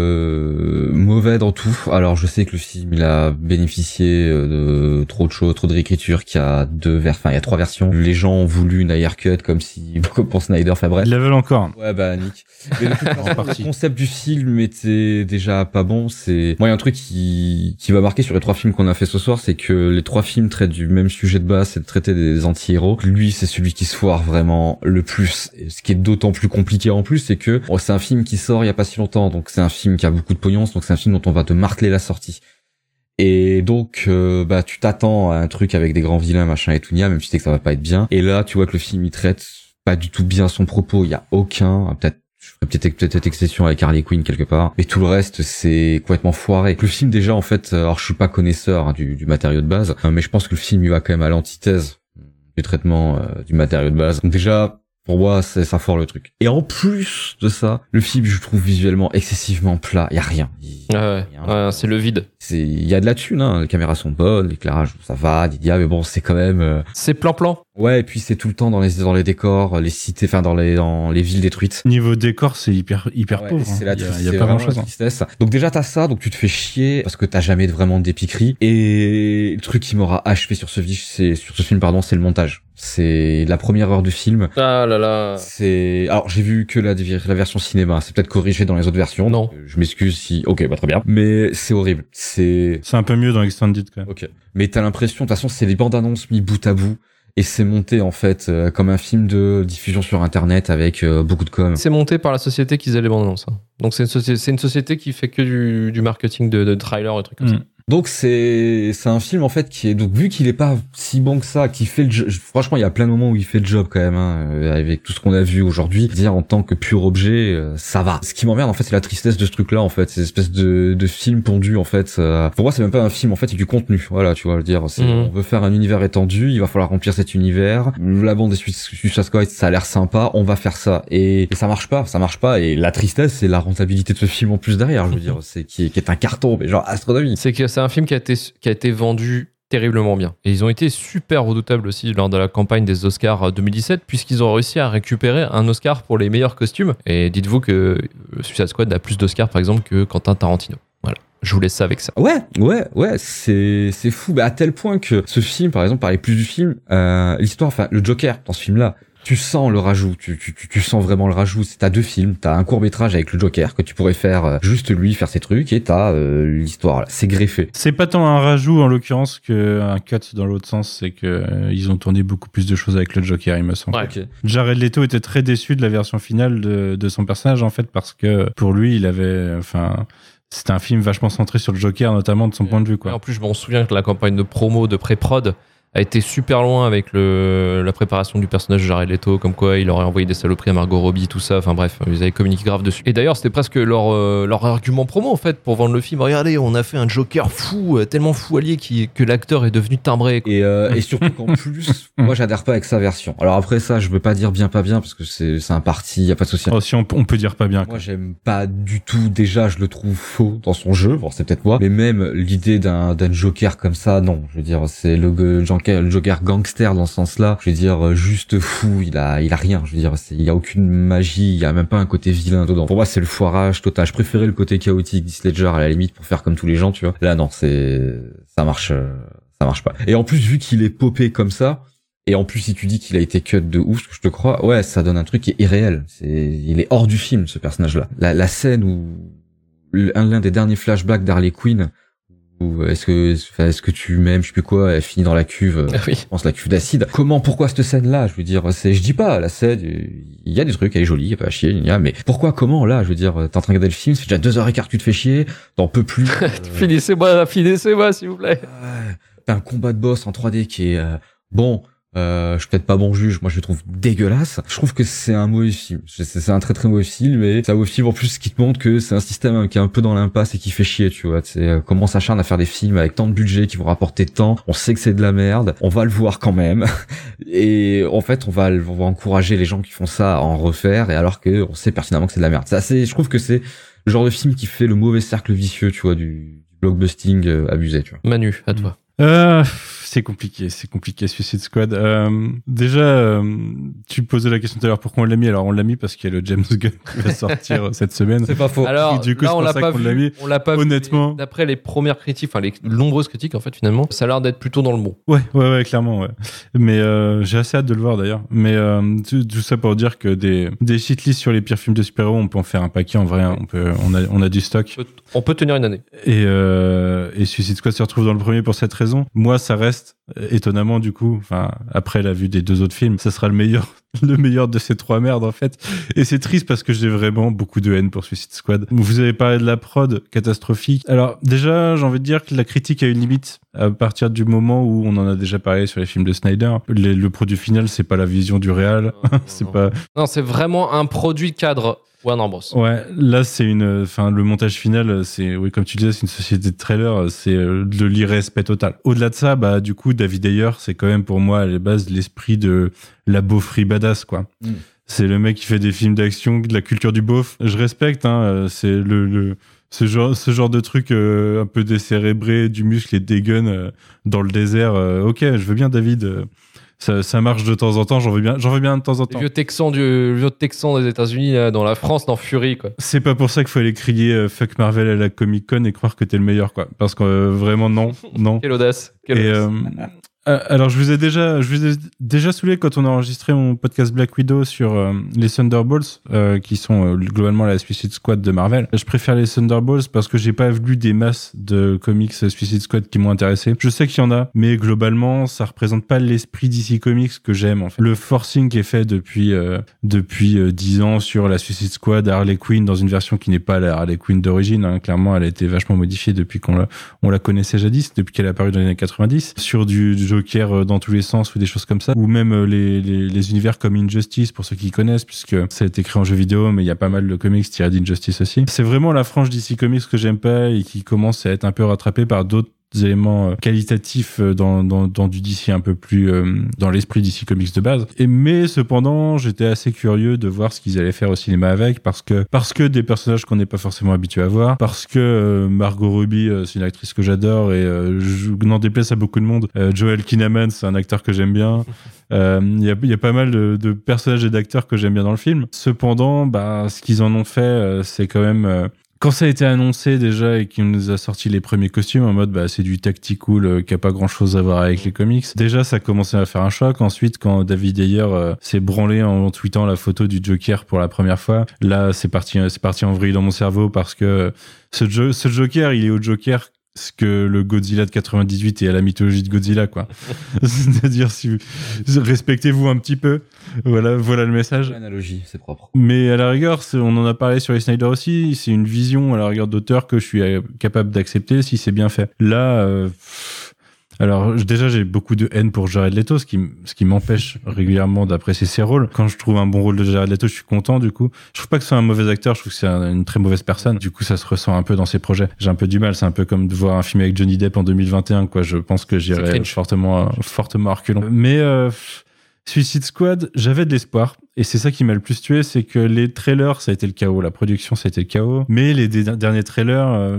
mauvais dans tout. Alors je sais que le film il a bénéficié de trop de choses, trop de réécriture, qu'il y a il y a 3 versions. Les gens ont voulu une air cut comme pour Snyder, enfin bref. Ils la veulent encore. Ouais Nick. Mais de toute façon, le concept du film était déjà pas bon. Moi, il y a un truc qui va marquer sur les 3 films qu'on a fait ce soir, c'est que les 3 films traitent du même sujet de base, c'est de traiter des anti-héros. Lui, c'est celui qui se foire vraiment le plus. Et ce qui est d'autant plus compliqué en plus, c'est que c'est un film qui sort il y a pas si longtemps, donc c'est un film qui a beaucoup de pognon, donc c'est un film dont on va te marteler la sortie. Et donc, tu t'attends à un truc avec des grands vilains, machin et tout, même si tu sais que ça va pas être bien. Et là, tu vois que le film, il traite pas du tout bien son propos. Il y a aucun, je ferais peut-être exception avec Harley Quinn quelque part, mais tout le reste c'est complètement foiré. Le film déjà en fait, alors je suis pas connaisseur du matériau de base, mais je pense que le film il va quand même à l'antithèse du traitement du matériau de base. Donc déjà pour moi ça foire le truc. Et en plus de ça, le film je trouve visuellement excessivement plat, il y a rien. C'est le vide. Il y a de la thune, les caméras sont bonnes, l'éclairage ça va, mais bon c'est quand même c'est plan. Ouais, et puis c'est tout le temps dans les décors, les cités, enfin dans les villes détruites. Niveau décor, c'est hyper pauvre. C'est il y a pas grand chose. Tristesse. Donc déjà t'as ça, donc tu te fais chier parce que t'as jamais vraiment de d'épiquerie. Et le truc qui m'aura achevé sur ce film, c'est le montage. C'est la première heure du film. Ah là là. Alors j'ai vu que la version cinéma. C'est peut-être corrigé dans les autres versions. Non. Je m'excuse si. Ok, très bien. Mais c'est horrible. C'est un peu mieux dans Extended quand même. Ok. Mais t'as l'impression, de toute façon, c'est les bandes annonces mis bout à bout. Et c'est monté en fait comme un film de diffusion sur internet avec beaucoup de com. C'est monté par la société qui faisait les bandes annonces. Donc c'est une société qui fait que du marketing de trailer et trucs comme ça. Donc c'est un film en fait qui est, donc vu qu'il est pas si bon que ça, qui fait le job, franchement il y a plein de moments où il fait le job quand même, avec tout ce qu'on a vu aujourd'hui, dire en tant que pur objet, ça va. Ce qui m'emmerde en fait c'est la tristesse de ce truc là en fait, c'est une espèce de film pondu en fait. Pour moi c'est même pas un film en fait, c'est du contenu. Voilà, tu vois le dire, on veut faire un univers étendu, il va falloir remplir cet univers. La bande des Suicide Squad ça a l'air sympa, on va faire ça et ça marche pas et la tristesse c'est la rentabilité de ce film en plus derrière, je veux dire, c'est qui est un carton mais genre astronomique. C'est que c'est un film qui a été vendu terriblement bien. Et ils ont été super redoutables aussi lors de la campagne des Oscars 2017, puisqu'ils ont réussi à récupérer un Oscar pour les meilleurs costumes. Et dites-vous que Suicide Squad a plus d'Oscars, par exemple, que Quentin Tarantino. Voilà. Je vous laisse ça avec ça. Ouais, c'est fou. À tel point que ce film, par exemple, parler plus du film, l'histoire, enfin, le Joker dans ce film-là, tu sens le rajout, tu sens vraiment le rajout. T'as 2 films, t'as un court-métrage avec le Joker que tu pourrais faire juste lui faire ses trucs et t'as l'histoire là, c'est greffé. C'est pas tant un rajout en l'occurrence qu'un cut dans l'autre sens, c'est que ils ont tourné beaucoup plus de choses avec le Joker, il me semble. Ouais. Okay. Jared Leto était très déçu de la version finale de son personnage en fait parce que pour lui, c'était un film vachement centré sur le Joker, notamment de son point de vue, quoi. Et en plus, je m'en souviens que la campagne de promo de pré-prod a été super loin avec la préparation du personnage de Jared Leto, comme quoi il aurait envoyé des saloperies à Margot Robbie, tout ça. Enfin bref, ils avaient communiqué grave dessus. Et d'ailleurs, c'était presque leur argument promo en fait pour vendre le film. Regardez, on a fait un Joker fou, tellement fou allié que l'acteur est devenu timbré. Et surtout qu'en plus, moi j'adhère pas avec sa version. Alors après ça, je veux pas dire bien pas bien parce que c'est un parti, y a pas de souci. Oh, si on peut dire pas bien. Moi j'aime pas du tout. Déjà, je le trouve faux dans son jeu. Bon, c'est peut-être moi, mais même l'idée d'un Joker comme ça, non. Je veux dire, c'est le Joker gangster dans ce sens-là. Je veux dire, juste fou. Il a rien. Je veux dire, il y a aucune magie. Il y a même pas un côté vilain dedans. Pour moi, c'est le foirage total. Je préférais le côté chaotique d'Heath Ledger à la limite pour faire comme tous les gens, tu vois. Là, non, ça marche pas. Et en plus, vu qu'il est popé comme ça, et en plus, si tu dis qu'il a été cut de ouf, ce que je te crois, ouais, ça donne un truc qui est irréel. Il est hors du film, ce personnage-là. La scène où l'un des derniers flashbacks d'Harley Quinn, ou est-ce que tu m'aimes, je sais plus quoi, elle finit dans la cuve, Oui. je pense la cuve d'acide. Pourquoi cette scène-là? Je veux dire, je dis pas, la scène, il y a des trucs, elle est jolie, il y a pas à chier, mais pourquoi, comment, là? Je veux dire, t'es en train de regarder le film, c'est déjà 2h15 que tu te fais chier, t'en peux plus. Finissez-moi, s'il vous plaît. T'as un combat de boss en 3D qui est, je suis peut-être pas bon juge, moi je le trouve dégueulasse. Je trouve que c'est un mauvais film. C'est un très très mauvais film, et c'est un mauvais film en plus qui te montre que c'est un système qui est un peu dans l'impasse et qui fait chier, tu vois. C'est comment s'acharne à faire des films avec tant de budget qui vont rapporter tant. On sait que c'est de la merde, on va le voir quand même. Et en fait, on va encourager les gens qui font ça à en refaire, et alors que on sait pertinemment que c'est de la merde. Je trouve que c'est le genre de film qui fait le mauvais cercle vicieux, tu vois, du blockbusting abusé, tu vois. Manu, à toi. C'est compliqué, Suicide Squad. Déjà, tu posais la question tout à l'heure pourquoi on l'a mis. Alors, on l'a mis parce qu'il y a le James Gunn qui va sortir cette semaine. C'est pas faux. Alors, du coup, là, on l'a pas vu. On l'a pas honnêtement. vu. D'après les premières critiques, enfin, les nombreuses critiques, en fait, finalement, ça a l'air d'être plutôt dans le bon. Ouais, clairement, ouais. Mais j'ai assez hâte de le voir, d'ailleurs. Mais tout ça pour dire que des shitlists sur les pires films de super-héros, on peut en faire un paquet, en vrai. On a du stock. On peut tenir une année. Et Suicide Squad se retrouve dans le premier pour cette raison. Moi, ça reste étonnamment, du coup, enfin, après la vue des deux autres films, ça sera le meilleur de ces trois merdes, en fait. Et c'est triste parce que j'ai vraiment beaucoup de haine pour Suicide Squad. Vous avez parlé de la prod catastrophique. Alors, déjà, j'ai envie de dire que la critique a une limite à partir du moment où on en a déjà parlé sur les films de Snyder. Le produit final, c'est pas la vision du réal. Non, c'est vraiment un produit cadre. Warner Bros. Ouais, là c'est le montage final, c'est, oui, comme tu disais, c'est une société de trailers, c'est de l'irrespect total. Au-delà de ça, bah, du coup, David Ayer, c'est quand même pour moi à la base l'esprit de la beaufrie badass, quoi. C'est le mec qui fait des films d'action, de la culture du beauf. Je respecte, c'est ce genre de truc un peu décérébré, du muscle et des guns dans le désert. Ok, je veux bien, David. Ça marche de temps en temps, j'en veux bien de temps en temps. Le vieux Texan des États-Unis là, dans la France, dans Fury, quoi. C'est pas pour ça qu'il faut aller crier fuck Marvel à la Comic-Con et croire que t'es le meilleur, quoi. Parce que vraiment non. Quelle audace. Alors je vous ai déjà saoulé quand on a enregistré mon podcast Black Widow sur les Thunderbolts, qui sont globalement la Suicide Squad de Marvel. Je préfère les Thunderbolts parce que j'ai pas lu des masses de comics Suicide Squad qui m'ont intéressé. Je sais qu'il y en a, mais globalement ça représente pas l'esprit DC Comics que j'aime, en fait. Le forcing qui est fait depuis 10 ans sur la Suicide Squad, Harley Quinn dans une version qui n'est pas la Harley Quinn d'origine, hein. Clairement elle a été vachement modifiée depuis qu'on la connaissait jadis, depuis qu'elle est apparue dans les années 90, sur du Joker dans tous les sens ou des choses comme ça, ou même les univers comme Injustice pour ceux qui connaissent, puisque ça a été créé en jeu vidéo, mais il y a pas mal de comics tirés d'Injustice aussi. C'est vraiment la frange DC Comics que j'aime pas et qui commence à être un peu rattrapée par d'autres éléments qualitatifs dans du DC un peu plus dans l'esprit DC Comics de base. Mais cependant, j'étais assez curieux de voir ce qu'ils allaient faire au cinéma avec, parce que des personnages qu'on n'est pas forcément habitué à voir, parce que Margot Robbie, c'est une actrice que j'adore, et je n'en déplaise à beaucoup de monde. Joel Kinnaman, c'est un acteur que j'aime bien. Il y a pas mal de personnages et d'acteurs que j'aime bien dans le film. Cependant, bah, ce qu'ils en ont fait, c'est quand même... Quand ça a été annoncé déjà et qu'il nous a sorti les premiers costumes en mode bah c'est du tactical qui a pas grand chose à voir avec les comics, déjà ça a commencé à faire un choc. Ensuite, quand David Ayer s'est branlé en tweetant la photo du Joker pour la première fois, là c'est parti en vrille dans mon cerveau, parce que ce Joker, il est au Joker ce que le Godzilla de 98 est à la mythologie de Godzilla, quoi. C'est-à-dire, respectez-vous un petit peu. Voilà le message. L'analogie, c'est propre. Mais à la rigueur, on en a parlé sur les Snyder aussi, c'est une vision à la rigueur d'auteur que je suis capable d'accepter si c'est bien fait. Là, alors déjà j'ai beaucoup de haine pour Jared Leto, ce qui m'empêche régulièrement d'apprécier ses rôles. Quand je trouve un bon rôle de Jared Leto, je suis content, du coup. Je trouve pas que c'est un mauvais acteur, je trouve que c'est une très mauvaise personne. Du coup ça se ressent un peu dans ses projets. J'ai un peu du mal, c'est un peu comme de voir un film avec Johnny Depp en 2021, quoi. Je pense que j'irais fortement à reculons. Mais Suicide Squad, j'avais de l'espoir. Et c'est ça qui m'a le plus tué, c'est que les trailers, ça a été le chaos. La production, ça a été le chaos. Mais les derniers trailers,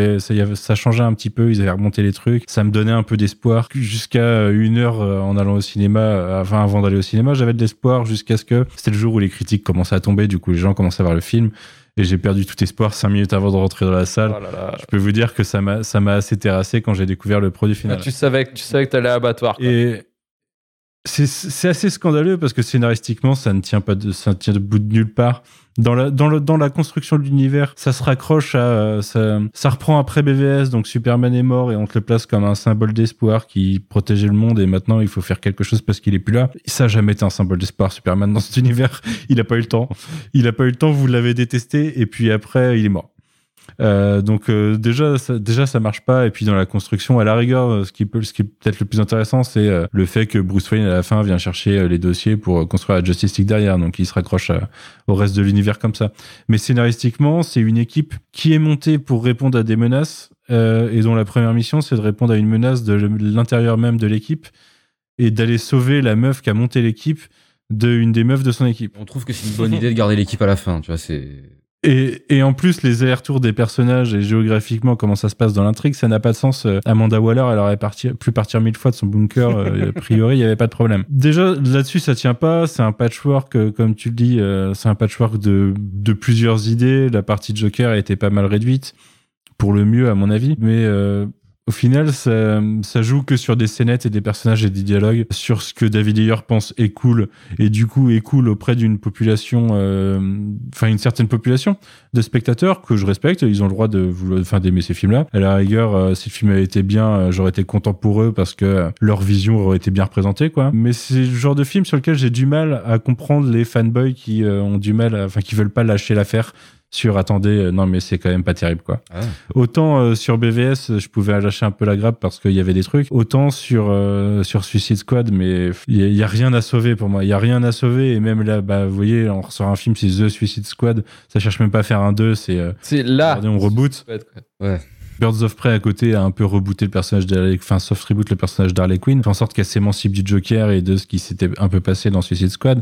ça changeait un petit peu. Ils avaient remonté les trucs. Ça me donnait un peu d'espoir. Jusqu'à 1 heure en allant au cinéma, avant d'aller au cinéma, j'avais de l'espoir jusqu'à ce que c'était le jour où les critiques commençaient à tomber. Du coup, les gens commençaient à voir le film. Et j'ai perdu tout espoir 5 minutes avant de rentrer dans la salle. Oh là là. Je peux vous dire que ça m'a assez terrassé quand j'ai découvert le produit final. Ah, tu savais que t'allais à l'abattoir, quoi. C'est assez scandaleux parce que scénaristiquement, ça tient debout de nulle part. Dans la construction de l'univers, ça se raccroche à ça reprend après BVS, donc Superman est mort et on te le place comme un symbole d'espoir qui protégeait le monde et maintenant il faut faire quelque chose parce qu'il est plus là. Ça n'a jamais été un symbole d'espoir, Superman, dans cet univers. Il a pas eu le temps. Vous l'avez détesté et puis après il est mort. Donc déjà ça marche pas, et puis dans la construction, à la rigueur, ce qui est peut-être le plus intéressant, c'est le fait que Bruce Wayne à la fin vient chercher les dossiers pour construire la Justice League derrière, donc il se raccroche au reste de l'univers comme ça. Mais scénaristiquement, c'est une équipe qui est montée pour répondre à des menaces et dont la première mission c'est de répondre à une menace de l'intérieur même de l'équipe et d'aller sauver la meuf qui a monté l'équipe d'une des meufs de son équipe. On trouve que c'est une bonne idée de garder l'équipe à la fin, tu vois, c'est... Et en plus, les allers-retours des personnages et géographiquement, comment ça se passe dans l'intrigue, ça n'a pas de sens. Amanda Waller, elle aurait pu partir 1000 fois de son bunker. A priori, il n'y avait pas de problème. Déjà, là-dessus, ça tient pas. C'est un patchwork, comme tu le dis, c'est un patchwork de plusieurs idées. La partie Joker a été pas mal réduite, pour le mieux, à mon avis. Mais au final, ça joue que sur des scénettes et des personnages et des dialogues, sur ce que David Ayer pense est cool, et du coup est cool auprès d'une population, une certaine population de spectateurs que je respecte. Ils ont le droit d'aimer ces films-là. À la rigueur, si le film avait été bien, j'aurais été content pour eux parce que leur vision aurait été bien représentée, quoi. Mais c'est le genre de film sur lequel j'ai du mal à comprendre les fanboys qui ont du mal, qui veulent pas lâcher l'affaire. Sur attendez, non mais c'est quand même pas terrible, quoi. Ah. Autant sur BVS je pouvais lâcher un peu la grappe parce qu'il y avait des trucs, autant sur Suicide Squad, mais il y a rien à sauver pour moi, il y a rien à sauver. Et même là, vous voyez, on ressort un film, c'est The Suicide Squad, ça cherche même pas à faire un 2, c'est là regardez, on reboot. Ouais. Birds of Prey à côté a un peu rebooté le personnage soft reboot le personnage d'Harley Quinn, fait en sorte qu'elle s'émancipe du Joker et de ce qui s'était un peu passé dans Suicide Squad.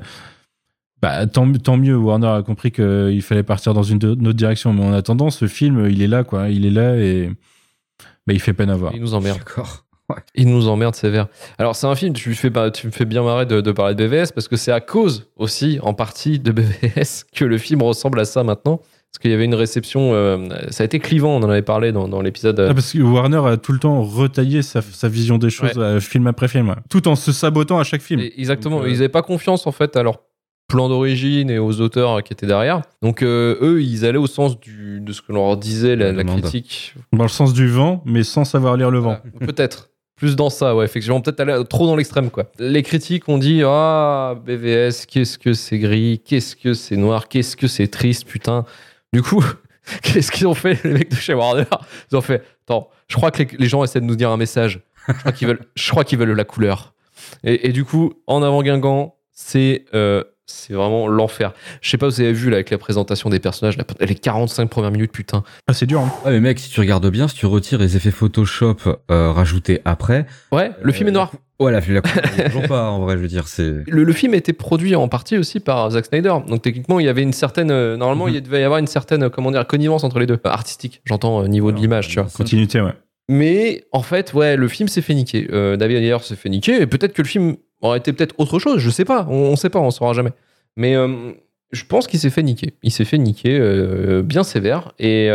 Tant mieux, Warner a compris qu'il fallait partir dans une autre direction. Mais en attendant, ce film, il est là, quoi. Il est là et il fait peine à voir. Il nous emmerde. D'accord. Ouais. Il nous emmerde sévère. Alors, c'est un film, tu me fais bien marrer de parler de BVS parce que c'est à cause aussi, en partie, de BVS que le film ressemble à ça maintenant. Parce qu'il y avait une réception, ça a été clivant, on en avait parlé dans l'épisode. Parce que Warner a tout le temps retaillé sa vision des choses, film après film, tout en se sabotant à chaque film. Exactement, donc, ils n'avaient pas confiance en fait à leur plan d'origine et aux auteurs qui étaient derrière. Donc eux, ils allaient au sens de ce que leur disait la critique. Dans le sens du vent, mais sans savoir lire le vent. Voilà. Peut-être. Plus dans ça, ouais, effectivement, peut-être aller trop dans l'extrême, quoi. Les critiques ont dit BVS, qu'est-ce que c'est gris, qu'est-ce que c'est noir, qu'est-ce que c'est triste, putain. Du coup, qu'est-ce qu'ils ont fait, les mecs de chez Warner? Ils ont fait, attends, je crois que les gens essaient de nous dire un message. Je crois qu'ils veulent la couleur. Et du coup, en avant Guingamp, c'est vraiment l'enfer. Je sais pas si vous avez vu là avec la présentation des personnages, les 45 premières minutes, putain. Ah, c'est dur. Hein. Ah mais mec, si tu regardes bien, si tu retires les effets Photoshop rajoutés après. Ouais, le film est noir. Ouais, la toujours pas en vrai, je veux dire, c'est. Le film a été produit en partie aussi par Zack Snyder. Donc techniquement, il y avait une certaine, normalement, il devait y avoir une certaine, connivence entre les deux, artistique. J'entends au niveau de l'image, tu vois. Continuité, ouais. Mais en fait, ouais, le film s'est fait niquer. David Ayer s'est fait niquer, et peut-être que le film aurait été peut-être autre chose, je sais pas, on sait pas, on saura jamais. Mais je pense qu'il s'est fait niquer. Il s'est fait niquer bien sévère. Et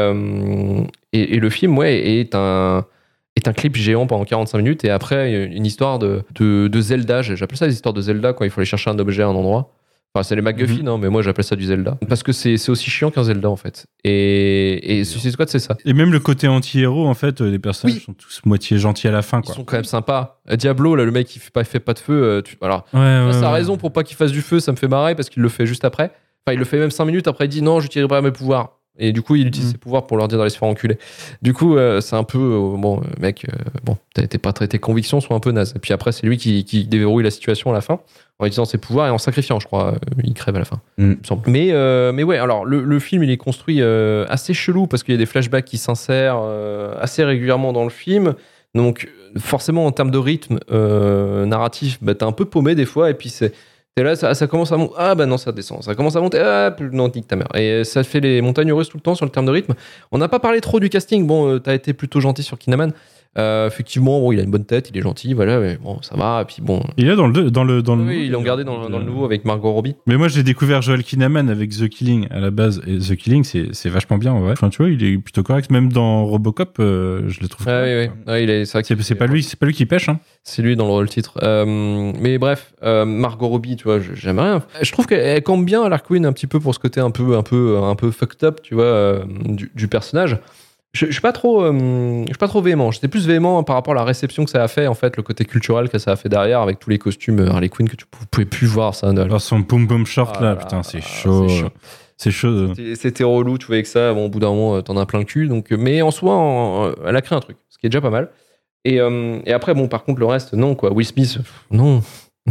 le film, ouais, est un clip géant pendant 45 minutes. Et après, une histoire de Zelda. J'appelle ça des histoires de Zelda quand il faut aller chercher un objet à un endroit. Enfin, c'est les MacGuffin, mais moi j'appelle ça du Zelda. Parce que c'est aussi chiant qu'un Zelda en fait. Et Suicide Squad, c'est ça. Et même le côté anti-héros, en fait, les personnages sont tous moitié gentils à la fin, quoi. Ils sont quand même sympas. Diablo, là, le mec qui fait pas de feu, voilà. Ça a raison pour pas qu'il fasse du feu, ça me fait marrer parce qu'il le fait juste après. Enfin, il le fait même 5 minutes après, il dit non, j'utiliserai pas mes pouvoirs. Et du coup, il utilise ses pouvoirs pour leur dire d'aller se faire enculer. Du coup, c'est un peu, mec, tes convictions sont un peu nazes. Et puis après, c'est lui qui déverrouille la situation à la fin, en utilisant ses pouvoirs et en sacrifiant, je crois. Il crève à la fin, il me semble. Mais ouais, alors, le film, il est construit assez chelou parce qu'il y a des flashbacks qui s'insèrent assez régulièrement dans le film. Donc, forcément, en termes de rythme narratif, t'es un peu paumé des fois. Et puis, et là, ça commence à monter. Ah bah non, ça descend. Ça commence à monter. Ah, non, nique ta mère. Et ça fait les montagnes russes tout le temps sur le terme de rythme. On n'a pas parlé trop du casting. Bon, t'as été plutôt gentil sur Kinnaman. Effectivement, bon, il a une bonne tête, il est gentil, voilà, mais bon, ça va. Et puis bon. Il est dans le Oui, ils l'ont gardé dans le nouveau avec Margot Robbie. Mais moi, j'ai découvert Joel Kinnaman avec The Killing à la base. Et The Killing, c'est vachement bien, en vrai. Enfin, tu vois, il est plutôt correct. Même dans Robocop, je le trouve. Oui. C'est pas lui qui pêche, hein. C'est lui dans le rôle titre. Mais bref, Margot Robbie, tu vois, j'aime rien. Je trouve qu'elle campe bien à Harley Quinn un petit peu pour ce côté un peu fucked up, tu vois, du personnage. Je suis pas trop véhément. J'étais plus véhément par rapport à la réception que ça a fait, en fait, le côté culturel que ça a fait derrière avec tous les costumes Harley Quinn que tu pouvais plus voir. Ça. Alors son boom short là, putain, c'est chaud. C'est chaud. C'était relou, tu voyais que ça. Bon, au bout d'un moment, t'en as plein le cul. Donc, mais en soi, elle a créé un truc, ce qui est déjà pas mal. Et après, bon, par contre, le reste, non, quoi. Will Smith, non.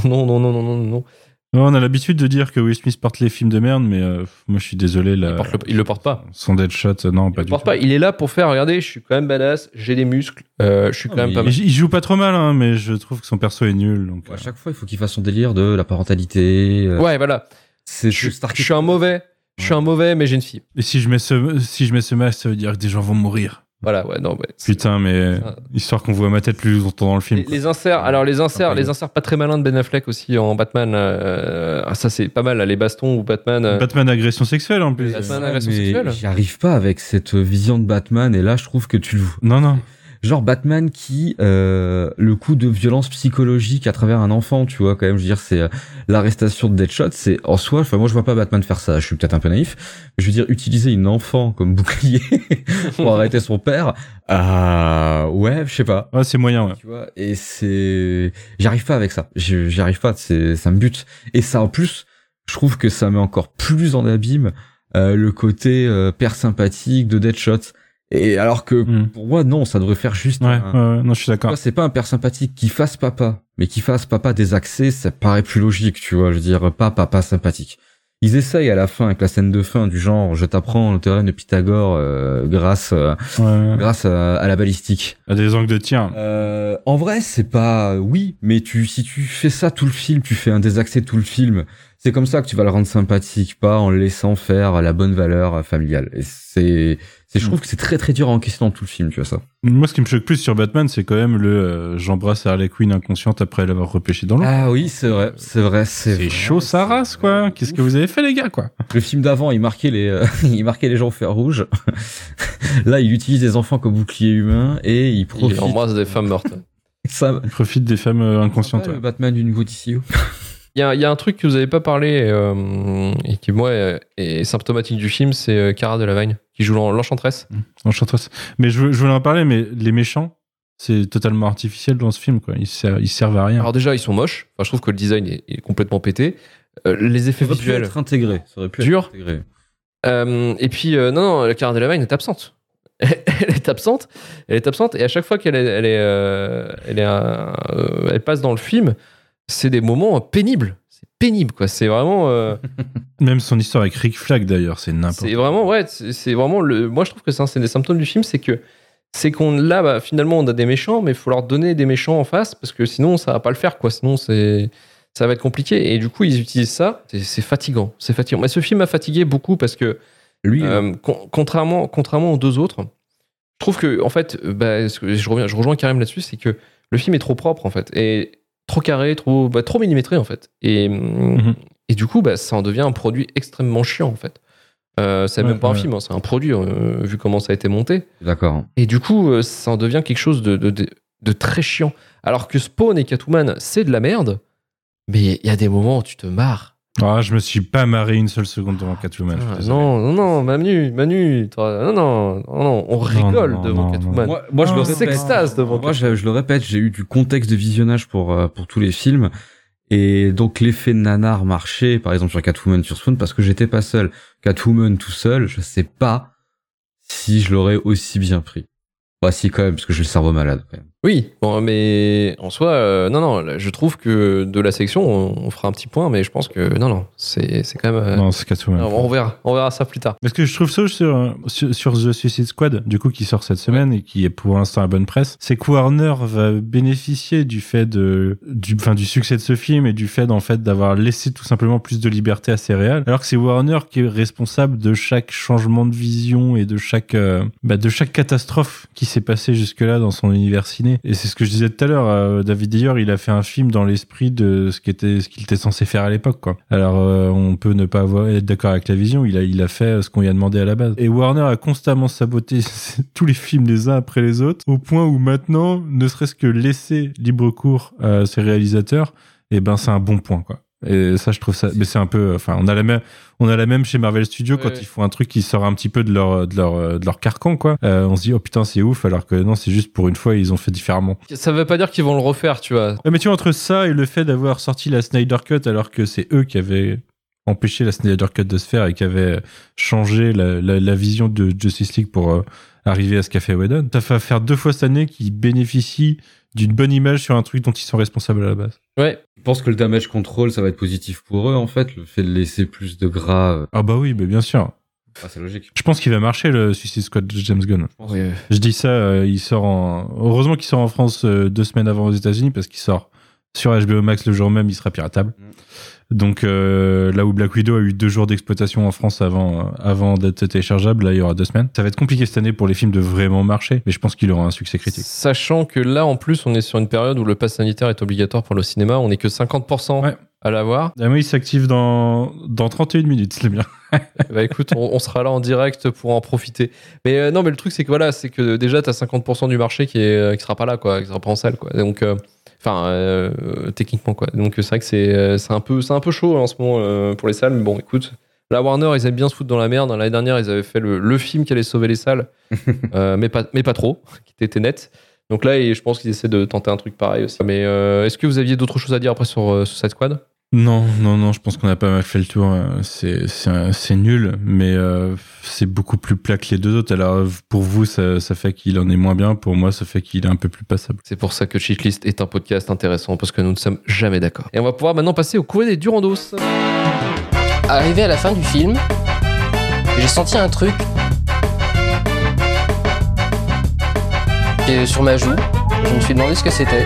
On a l'habitude de dire que Will Smith porte les films de merde, mais moi je suis désolé. Il le porte pas. Son Deadshot, non, pas du tout. Il le porte pas. Il est là pour faire, regardez, je suis quand même badass, j'ai des muscles, je suis quand même pas mal. Il joue pas trop mal, hein, mais je trouve que son perso est nul. Donc, à chaque fois, il faut qu'il fasse son délire de la parentalité. Ouais, voilà. Je suis un mauvais, mais j'ai une fille. Et si je mets ce masque, ça veut dire que des gens vont mourir. Voilà, ouais, non, ouais. Putain, mais histoire qu'on voit ma tête plus longtemps dans le film. Les inserts pas très malins de Ben Affleck aussi en Batman. Ça c'est pas mal, là, les bastons ou Batman. Batman agression sexuelle en plus. Batman agression sexuelle. J'y arrive pas avec cette vision de Batman et là je trouve que tu le. Non. Genre Batman qui le coup de violence psychologique à travers un enfant, tu vois, quand même, je veux dire, c'est l'arrestation de Deadshot, c'est en soi, enfin moi je vois pas Batman faire ça, je suis peut-être un peu naïf, mais je veux dire utiliser une enfant comme bouclier pour arrêter son père, ouais, je sais pas. Ouais, c'est moyen, ouais. Tu vois, et j'arrive pas avec ça. J'y arrive pas, ça me bute. Et ça en plus, je trouve que ça met encore plus en abîme le côté père sympathique de Deadshot. Et alors que pour moi non, ça devrait faire juste non, je suis d'accord. C'est pas un père sympathique qui fasse papa, mais qui fasse papa désaxé, ça paraît plus logique, tu vois, je veux dire pas papa sympathique. Ils essayent à la fin avec la scène de fin du genre je t'apprends le théorème de Pythagore grâce à la balistique. À des angles de tir. En vrai, c'est pas mais si tu fais ça tout le film, tu fais un désaxé tout le film. C'est comme ça que tu vas le rendre sympathique, pas en le laissant faire la bonne valeur familiale. Et je trouve que c'est très très dur à encaisser dans tout le film, tu vois ça. Moi, ce qui me choque plus sur Batman, c'est quand même le j'embrasse Harley Quinn inconsciente après l'avoir repêché dans l'eau. Ah oui, c'est vrai. C'est chaud sa race, quoi. Qu'est-ce que vous avez fait, les gars, quoi? Le film d'avant, il marquait les gens au fer rouge. Là, il utilise des enfants comme bouclier humain et il embrasse des femmes mortes. Il profite des femmes inconscientes. Le Batman du nouveau DCU. Il y a un truc que vous n'avez pas parlé et qui, moi, est symptomatique du film, c'est Cara Delevingne, qui joue l'Enchantress. L'Enchantress. Mais je voulais en parler, mais les méchants, c'est totalement artificiel dans ce film, quoi. Ils servent à rien. Alors déjà, ils sont moches. Enfin, je trouve que le design est complètement pété. Les effets visuels... Ça aurait pu être intégré. Et puis, non, la Cara Delevingne est absente. Elle est absente, et à chaque fois qu'elle passe dans le film, c'est des moments pénibles. C'est pénible, quoi. C'est vraiment. Même son histoire avec Rick Flag, d'ailleurs, c'est n'importe quoi. C'est vraiment, ouais, c'est vraiment le. Moi, je trouve que c'est des symptômes du film, c'est qu'on là, finalement, on a des méchants, mais il faut leur donner des méchants en face parce que sinon, ça va pas le faire, quoi. Sinon, ça va être compliqué. Et du coup, ils utilisent ça. C'est fatigant. C'est fatigant. Mais ce film m'a fatigué beaucoup parce que lui, contrairement aux deux autres, je trouve que, en fait, je rejoins Karim là-dessus, c'est que le film est trop propre, en fait. Et trop carré, trop millimétré en fait. Et du coup, ça en devient un produit extrêmement chiant en fait. C'est même pas un film, hein, c'est un produit vu comment ça a été monté. D'accord. Et du coup, ça en devient quelque chose de très chiant. Alors que Spawn et Catwoman, c'est de la merde, mais il y a des moments où tu te marres. Ah, je me suis pas marré une seule seconde devant Catwoman. Non, Manu, non, on rigole devant Catwoman. Moi, je le s'extase devant. Moi, je le répète, j'ai eu du contexte de visionnage pour tous les films, et donc l'effet nanar marchait, par exemple sur Catwoman, sur Spawn, parce que j'étais pas seul. Catwoman tout seul, je sais pas si je l'aurais aussi bien pris. Bah si quand même, parce que j'ai le cerveau malade quand même. Oui, bon, mais en soi, non, là, je trouve que de la sélection, on fera un petit point, mais je pense que non, c'est quand même. Non, c'est Catwoman. On verra ça plus tard. Parce que je trouve ça sur The Suicide Squad, du coup, qui sort cette semaine et qui est pour l'instant à bonne presse, c'est que Warner va bénéficier du fait du succès de ce film et du fait, en fait, d'avoir laissé tout simplement plus de liberté à ses réals, alors que c'est Warner qui est responsable de chaque changement de vision et de chaque catastrophe qui s'est passée jusque-là dans son univers ciné. Et c'est ce que je disais tout à l'heure, David Ayer, il a fait un film dans l'esprit de ce qu'il était censé faire à l'époque, quoi. Alors on peut ne pas être d'accord avec la vision, il a fait ce qu'on lui a demandé à la base. Et Warner a constamment saboté tous les films les uns après les autres, au point où maintenant, ne serait-ce que laisser libre cours à ses réalisateurs, et ben c'est un bon point, quoi. Et ça, je trouve ça, mais c'est un peu, enfin, on a la même chez Marvel Studios, quand ils font un truc qui sort un petit peu de leur carcan, quoi. On se dit, oh putain, c'est ouf, alors que non, c'est juste pour une fois, ils ont fait différemment. Ça veut pas dire qu'ils vont le refaire, tu vois. Mais tu vois, entre ça et le fait d'avoir sorti la Snyder Cut, alors que c'est eux qui avaient empêché la Snyder Cut de se faire et qui avaient changé la vision de Justice League pour arriver à ce qu'a fait Whedon, ça fait faire 2 fois cette année qu'ils bénéficient d'une bonne image sur un truc dont ils sont responsables à la base. Ouais. Je pense que le damage control, ça va être positif pour eux, en fait, le fait de laisser plus de gras. Ah bah oui, mais bien sûr. Ah, c'est logique. Je pense qu'il va marcher, le Suicide Squad de James Gunn. Oui. Je dis ça, il sort heureusement qu'il sort en France 2 semaines avant aux États-Unis, parce qu'il sort sur HBO Max le jour même, il sera piratable. Donc là où Black Widow a eu 2 jours d'exploitation en France avant d'être téléchargeable, là il y aura 2 semaines. Ça va être compliqué cette année pour les films de vraiment marcher, mais je pense qu'il aura un succès critique. Sachant que là en plus on est sur une période où le pass sanitaire est obligatoire pour le cinéma, on est que 50% à l'avoir. Ah, moi il s'active dans 31 minutes, c'est bien. Bah écoute, on sera là en direct pour en profiter. Mais non, mais le truc c'est que voilà, c'est que déjà t'as 50% du marché qui sera pas là, quoi, qui sera pas en salle, quoi. Donc techniquement, quoi. Donc c'est vrai que c'est un peu chaud en ce moment pour les salles, mais bon, écoute, la Warner ils aiment bien se foutre dans la merde. L'année dernière ils avaient fait le film qui allait sauver les salles, mais pas trop, qui était net. Donc là je pense qu'ils essaient de tenter un truc pareil aussi. Mais est-ce que vous aviez d'autres choses à dire après sur Suicide Squad? Non, je pense qu'on a pas mal fait le tour. C'est nul, mais c'est beaucoup plus plat que les 2 autres. Alors pour vous, ça fait qu'il en est moins bien. Pour moi, ça fait qu'il est un peu plus passable. C'est pour ça que Cheatlist est un podcast intéressant, parce que nous ne sommes jamais d'accord. Et on va pouvoir maintenant passer au courrier des Durandos. Arrivé à la fin du film, j'ai senti un truc sur ma joue. Je me suis demandé ce que c'était.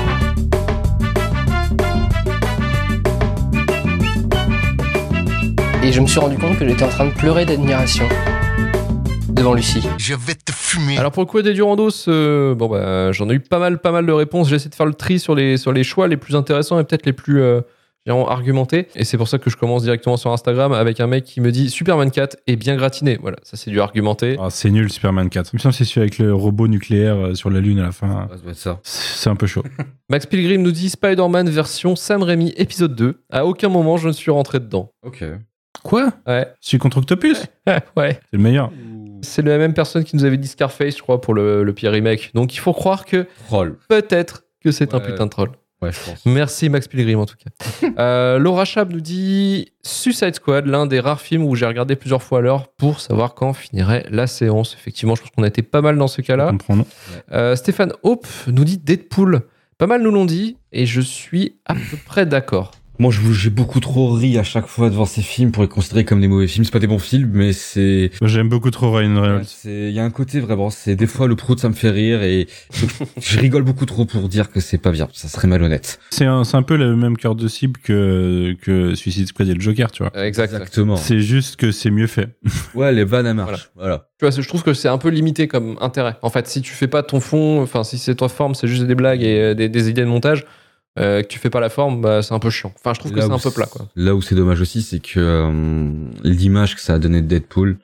Et je me suis rendu compte que j'étais en train de pleurer d'admiration devant Lucie. Je vais te fumer. Alors pour le coup des Durandos, j'en ai eu pas mal de réponses. J'ai essayé de faire le tri sur les choix les plus intéressants et peut-être les plus argumentés. Et c'est pour ça que je commence directement sur Instagram avec un mec qui me dit Superman 4 est bien gratiné. Voilà, ça c'est du argumenté. Ah, c'est nul Superman 4. Il me semble que c'est celui avec le robot nucléaire sur la Lune à la fin. Ça doit être ça. C'est un peu chaud. Max Pilgrim nous dit Spider-Man version Sam Raimi épisode 2. À aucun moment je ne suis rentré dedans. Ok. Quoi? Ouais. Celui contre Octopus? Ouais. C'est le meilleur. C'est la même personne qui nous avait dit Scarface, je crois, pour le pire remake. Donc il faut croire que peut-être que c'est un putain de troll. Ouais, je pense. Merci Max Pilgrim en tout cas. Laura Chab nous dit Suicide Squad, l'un des rares films où j'ai regardé plusieurs fois à l'heure pour savoir quand finirait la séance. Effectivement, je pense qu'on a été pas mal dans ce cas-là. Stéphane Hope nous dit Deadpool. Pas mal nous l'ont dit et je suis à peu près d'accord. Moi, j'ai beaucoup trop ri à chaque fois devant ces films pour les considérer comme des mauvais films. C'est pas des bons films, mais c'est... J'aime beaucoup trop Ryan Reynolds. Il y a un côté vraiment, c'est des fois le prout, ça me fait rire et je rigole beaucoup trop pour dire que c'est pas bien. Ça serait malhonnête. C'est un peu le même cœur de cible que Suicide Squad et le Joker, tu vois. Exactement. C'est juste que c'est mieux fait. Ouais, les vannes, elles marchent. Voilà. Tu vois, je trouve que c'est un peu limité comme intérêt. En fait, si tu fais pas ton fond, enfin, si c'est ta forme, c'est juste des blagues et des idées de montage, que tu fais pas la forme, bah, c'est un peu chiant. Enfin, je trouve que c'est un peu plat, quoi. Là où c'est dommage aussi, c'est que l'image que ça a donné de Deadpool,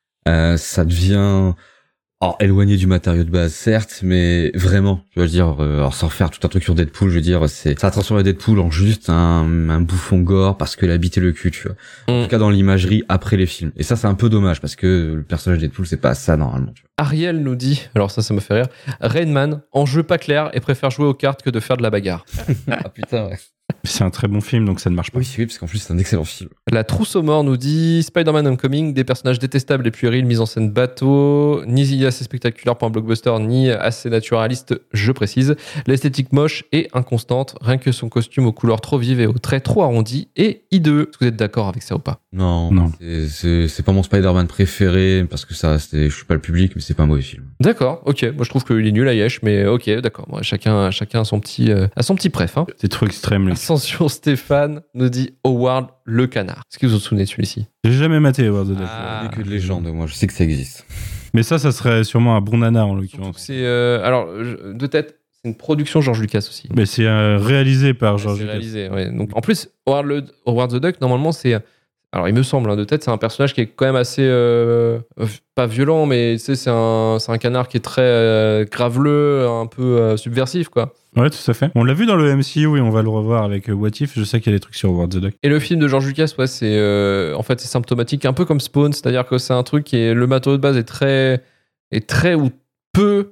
ça devient éloigné du matériau de base, certes, mais vraiment, je veux dire, alors sans faire tout un truc sur Deadpool, je veux dire, ça a transformé Deadpool en juste un bouffon gore parce que l'habité le cul, tu vois. En tout cas, dans l'imagerie après les films. Et ça, c'est un peu dommage parce que le personnage de Deadpool, c'est pas ça normalement, tu vois. Ariel nous dit, alors ça me fait rire, Rain Man, en jeu pas clair et préfère jouer aux cartes que de faire de la bagarre. Ah putain, ouais. C'est un très bon film, donc ça ne marche pas. Oui, parce qu'en plus, c'est un excellent film. La Trousse aux morts nous dit Spider-Man Homecoming, des personnages détestables et puérils, mise en scène bateau, ni assez spectaculaire pour un blockbuster, ni assez naturaliste, je précise. L'esthétique moche et inconstante, rien que son costume aux couleurs trop vives et aux traits trop arrondis et hideux. Est-ce que vous êtes d'accord avec ça ou pas? Non. C'est pas mon Spider-Man préféré, parce que je suis pas le public, mais c'est pas un mauvais film. D'accord, ok. Moi, je trouve qu'il est nul à Yesh, mais ok, d'accord. Bon, chacun a son petit préf. Hein. C'est trop extrême, lui. Ascension Stéphane nous dit Howard le canard. Est-ce que vous vous souvenez de celui-ci? J'ai jamais maté Howard the Duck. Il que de légende, moi, je sais que ça existe. Mais ça serait sûrement un bon nanar, en l'occurrence. C'est de tête, c'est une production George Lucas aussi. Mais c'est réalisé par George Lucas. Réalisé, ouais. Donc, en plus, Howard the Duck, normalement, c'est... Alors, il me semble, de tête, c'est un personnage qui est quand même assez... pas violent, mais tu sais, c'est un canard qui est très graveleux, un peu subversif, quoi. Ouais, tout à fait. On l'a vu dans le MCU et on va le revoir avec What If. Je sais qu'il y a des trucs sur Howard the Duck. Et le film de George Lucas, ouais, en fait, c'est symptomatique, un peu comme Spawn, c'est-à-dire que c'est un truc qui est... Le matériau de base est très ou peu...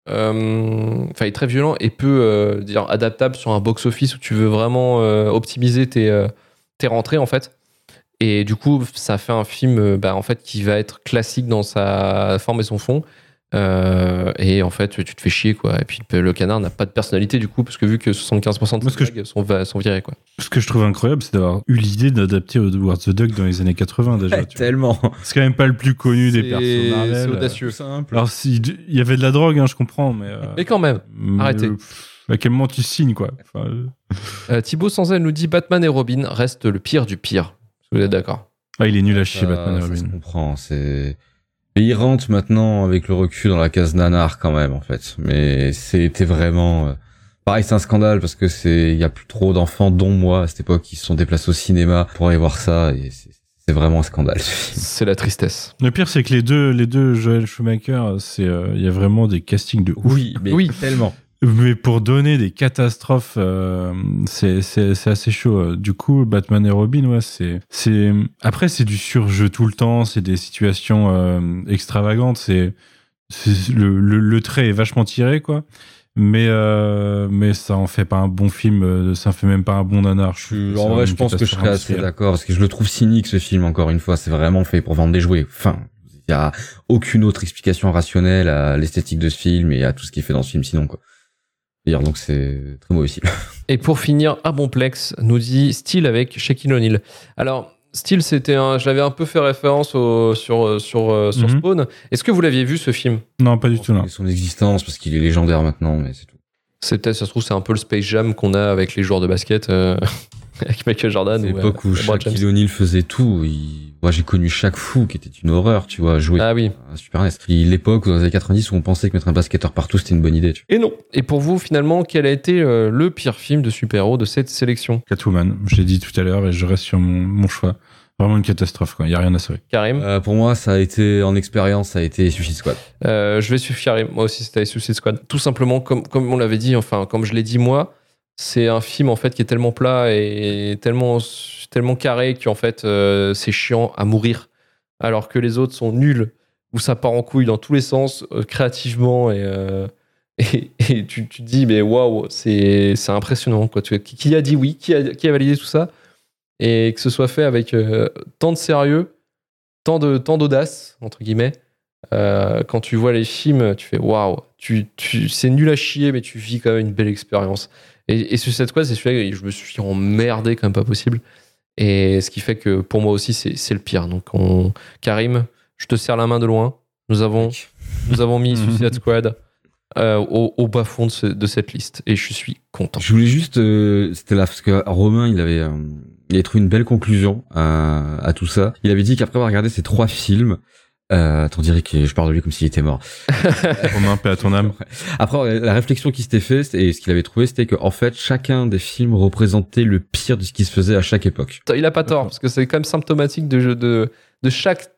est très violent et peu adaptable sur un box-office où tu veux vraiment optimiser tes rentrées, en fait. Et du coup, ça fait un film en fait, qui va être classique dans sa forme et son fond. Et en fait, tu te fais chier, quoi. Et puis, le canard n'a pas de personnalité, du coup, parce que vu que 75% de ses blagues sont virées, quoi. Ce que je trouve incroyable, c'est d'avoir eu l'idée d'adapter Howard the Duck dans les années 80, déjà. Tellement. C'est quand même pas le plus connu des persos Marvel. C'est audacieux. Alors, il y avait de la drogue, je comprends, mais... Mais quand même, arrêtez. À quel moment tu signes, quoi. Thibaut Sanzel nous dit Batman et Robin reste le pire du pire. Vous êtes d'accord? Ah, il est nul à chier, Batman et Robin. Je comprends, Mais il rentre maintenant avec le recul dans la case nanar quand même, en fait. Mais c'était vraiment... Pareil, c'est un scandale parce que il y a plus trop d'enfants, dont moi, à cette époque, qui se sont déplacés au cinéma pour aller voir ça. Et c'est vraiment un scandale. C'est la tristesse. Le pire, c'est que les deux Joel Schumacher, il y a vraiment des castings de ouf. Oui, tellement. Mais pour donner des catastrophes, c'est assez chaud. Du coup, Batman et Robin, ouais, après, c'est du surjeu tout le temps, c'est des situations extravagantes, le trait est vachement tiré, quoi. Mais ça en fait pas un bon film, ça en fait même pas un bon nanar. En vrai, je pense que je serais assez d'accord, parce que je le trouve cynique, ce film, encore une fois. C'est vraiment fait pour vendre des jouets. Enfin, il y a aucune autre explication rationnelle à l'esthétique de ce film et à tout ce qui est fait dans ce film, sinon, quoi. Donc c'est très mauvais film. Et pour finir, Abomplex nous dit Steel avec Shaquille O'Neal. Alors, Steel, je l'avais un peu fait référence sur Spawn. Est-ce que vous l'aviez vu, ce film? Non, pas du tout, non. Son existence, parce qu'il est légendaire maintenant, mais c'est tout. C'est peut-être, ça se trouve, c'est un peu le Space Jam qu'on a avec les joueurs de basket, avec Michael Jordan. C'est l'époque où Shaquille O'Neal faisait tout. Moi, j'ai connu chaque fou qui était une horreur, tu vois, jouer à Super NES. L'époque, dans les années 90, où on pensait que mettre un basketteur partout, c'était une bonne idée. Et non. Et pour vous, finalement, quel a été le pire film de super-héros de cette sélection? Catwoman, je l'ai dit tout à l'heure et je reste sur mon choix. Vraiment une catastrophe, quoi. Il n'y a rien à sauver. Karim? Pour moi, ça a été, en expérience, ça a été Suicide Squad. Je vais suivre Karim. Moi aussi, c'était Suicide Squad. Tout simplement, comme on l'avait dit, enfin, comme je l'ai dit moi, c'est un film, en fait, qui est tellement plat et tellement carré qu'en fait, c'est chiant à mourir. Alors que les autres sont nuls, où ça part en couille dans tous les sens, créativement, et tu te dis, mais waouh, c'est impressionnant, quoi. Qui a dit oui? Qui a validé tout ça? Et que ce soit fait avec tant de sérieux, tant d'audace, entre guillemets. Quand tu vois les films, tu fais waouh, c'est nul à chier, mais tu vis quand même une belle expérience. Et Suicide Squad, c'est celui-là que je me suis emmerdé comme pas possible. Et ce qui fait que pour moi aussi, c'est le pire. Donc, Karim, je te serre la main de loin. Nous avons mis Suicide Squad au bas fond de cette liste. Et je suis content. Je voulais juste, c'était là, parce que Romain, il avait trouvé une belle conclusion à tout ça. Il avait dit qu'après avoir regardé ces 3 films, on dirait que je parle de lui comme s'il était mort. Romain, paix à ton âme. Après, la réflexion qui s'était faite et ce qu'il avait trouvé, c'était que en fait, chacun des films représentait le pire de ce qui se faisait à chaque époque. Il a pas tort, parce que c'est quand même symptomatique de chaque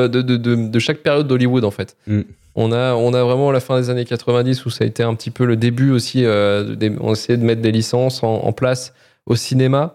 période d'Hollywood, en fait. On a vraiment la fin des années 90 où ça a été un petit peu le début aussi. On essayait de mettre des licences en place au cinéma,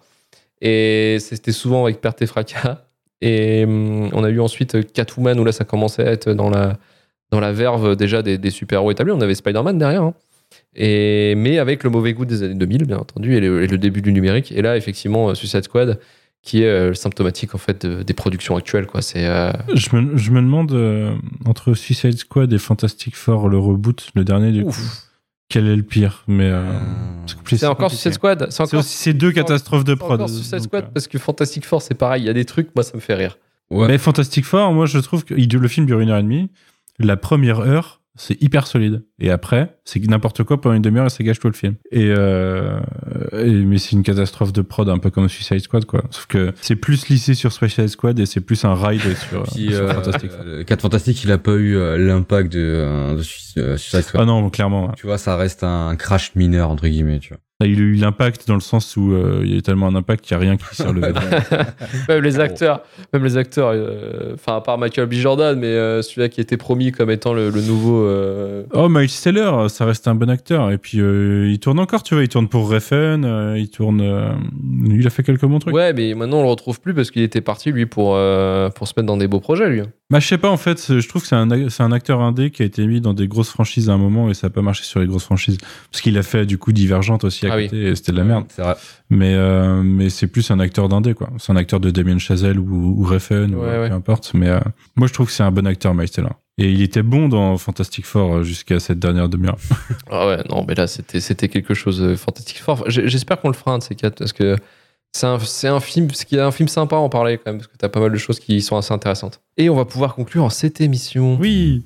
et c'était souvent avec perte et fracas. Et on a eu ensuite Catwoman, où là ça commençait à être dans la verve déjà des super-héros établis. On avait Spider-Man derrière, hein. Mais avec le mauvais goût des années 2000, bien entendu, et le début du numérique. Et là, effectivement, Suicide Squad, qui est symptomatique en fait des productions actuelles, quoi. C'est. Je me demande entre Suicide Squad et Fantastic Four, le reboot, le dernier du coup, quel est le pire. Mais c'est encore Suicide Squad. C'est deux catastrophes de prod. C'est encore Suicide Squad parce que Fantastic Four, c'est pareil. Il y a des trucs, moi, ça me fait rire. Ouais. Mais Fantastic Four, moi, je trouve que le film dure 1h30. La première heure, c'est hyper solide. Et après, c'est n'importe quoi pendant une demi-heure et ça gâche tout le film. Mais c'est une catastrophe de prod, un peu comme Suicide Squad, quoi. Sauf que c'est plus lissé sur Suicide Squad et c'est plus un ride sur Fantastic Four. 4 Fantastic, il a pas eu l'impact de Suicide Squad. Ah non, clairement. Ouais. Tu vois, ça reste un crash mineur, entre guillemets, tu vois. Il a eu l'impact dans le sens où il y a tellement un impact qu'il n'y a rien qui s'est relevé. Même les acteurs, à part Michael B. Jordan, mais celui-là qui était promis comme étant le nouveau. Oh, Miles Teller, ça reste un bon acteur. Et puis il tourne encore, tu vois, il tourne pour Refn, il a fait quelques bons trucs. Ouais, mais maintenant on le retrouve plus parce qu'il était parti lui pour se mettre dans des beaux projets, lui. Bah, je sais pas, en fait, je trouve que c'est un acteur indé qui a été mis dans des grosses franchises à un moment et ça a pas marché sur les grosses franchises. Parce qu'il a fait du coup Divergente aussi à côté et c'était de la merde. C'est vrai. Mais c'est plus un acteur d'indé, quoi. C'est un acteur de Damien Chazelle ou Refn, peu importe. Mais moi, je trouve que c'est un bon acteur, Miles Teller. Et il était bon dans Fantastic Four jusqu'à cette dernière demi-heure. Ah ouais, non, mais là, c'était quelque chose. Fantastic Four. J'espère qu'on le fera un de ces quatre parce que c'est un film sympa à en parler quand même, parce que t'as pas mal de choses qui sont assez intéressantes. Et on va pouvoir conclure cette émission. Oui.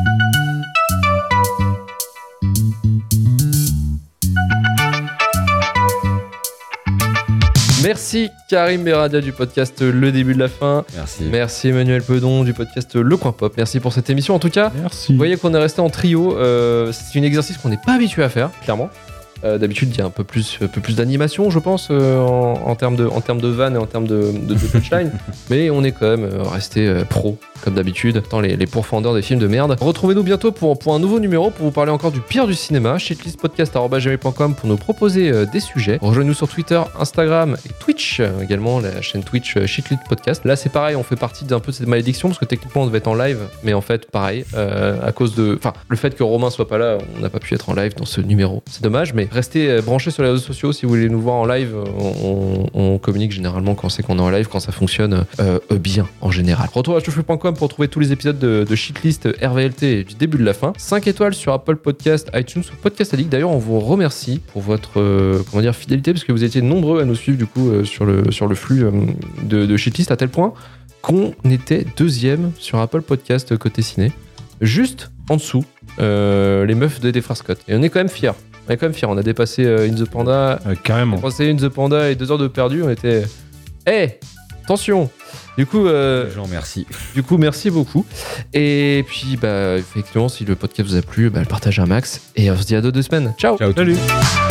Merci Karim Beradia du podcast Le Début de la Fin. Merci Emmanuel Pedon du podcast Le Coin Pop. Merci pour cette émission. En tout cas, vous voyez qu'on est resté en trio. C'est un exercice qu'on n'est pas habitué à faire, clairement. D'habitude, il y a un peu plus d'animation, je pense, en termes de vannes et en termes de punchline. Mais on est quand même resté pro, comme d'habitude, dans les pourfendeurs des films de merde. Retrouvez-nous bientôt pour un nouveau numéro pour vous parler encore du pire du cinéma. shitlistpodcast@gmail.com pour nous proposer des sujets. Rejoignez-nous sur Twitter, Instagram et Twitch, également la chaîne Twitch Shitlist Podcast. Là, c'est pareil, on fait partie d'un peu de cette malédiction parce que techniquement, on devait être en live, mais en fait, pareil, à cause de, le fait que Romain soit pas là, on n'a pas pu être en live dans ce numéro. C'est dommage, mais restez branchés sur les réseaux sociaux si vous voulez nous voir en live. On communique généralement quand c'est qu'on est en live, quand ça fonctionne bien en général. Retour à cheflou.com pour trouver tous les épisodes de Shitlist RVLT du début de la fin. 5 étoiles sur Apple Podcast, iTunes ou Podcast Addict. D'ailleurs, on vous remercie pour votre fidélité parce que vous étiez nombreux à nous suivre du coup sur le flux de Shitlist à tel point qu'on était 2e sur Apple Podcast côté ciné, juste en dessous les meufs des frères Scott. Et on est quand même fiers. On a dépassé In the Panda. Carrément. On a dépassé In the Panda et 2 heures de perdu. On était. Attention. Du coup, merci. Du coup, merci beaucoup. Et puis, effectivement, si le podcast vous a plu, le partagez un max. Et on se dit à dans 2 semaines. Ciao. Salut.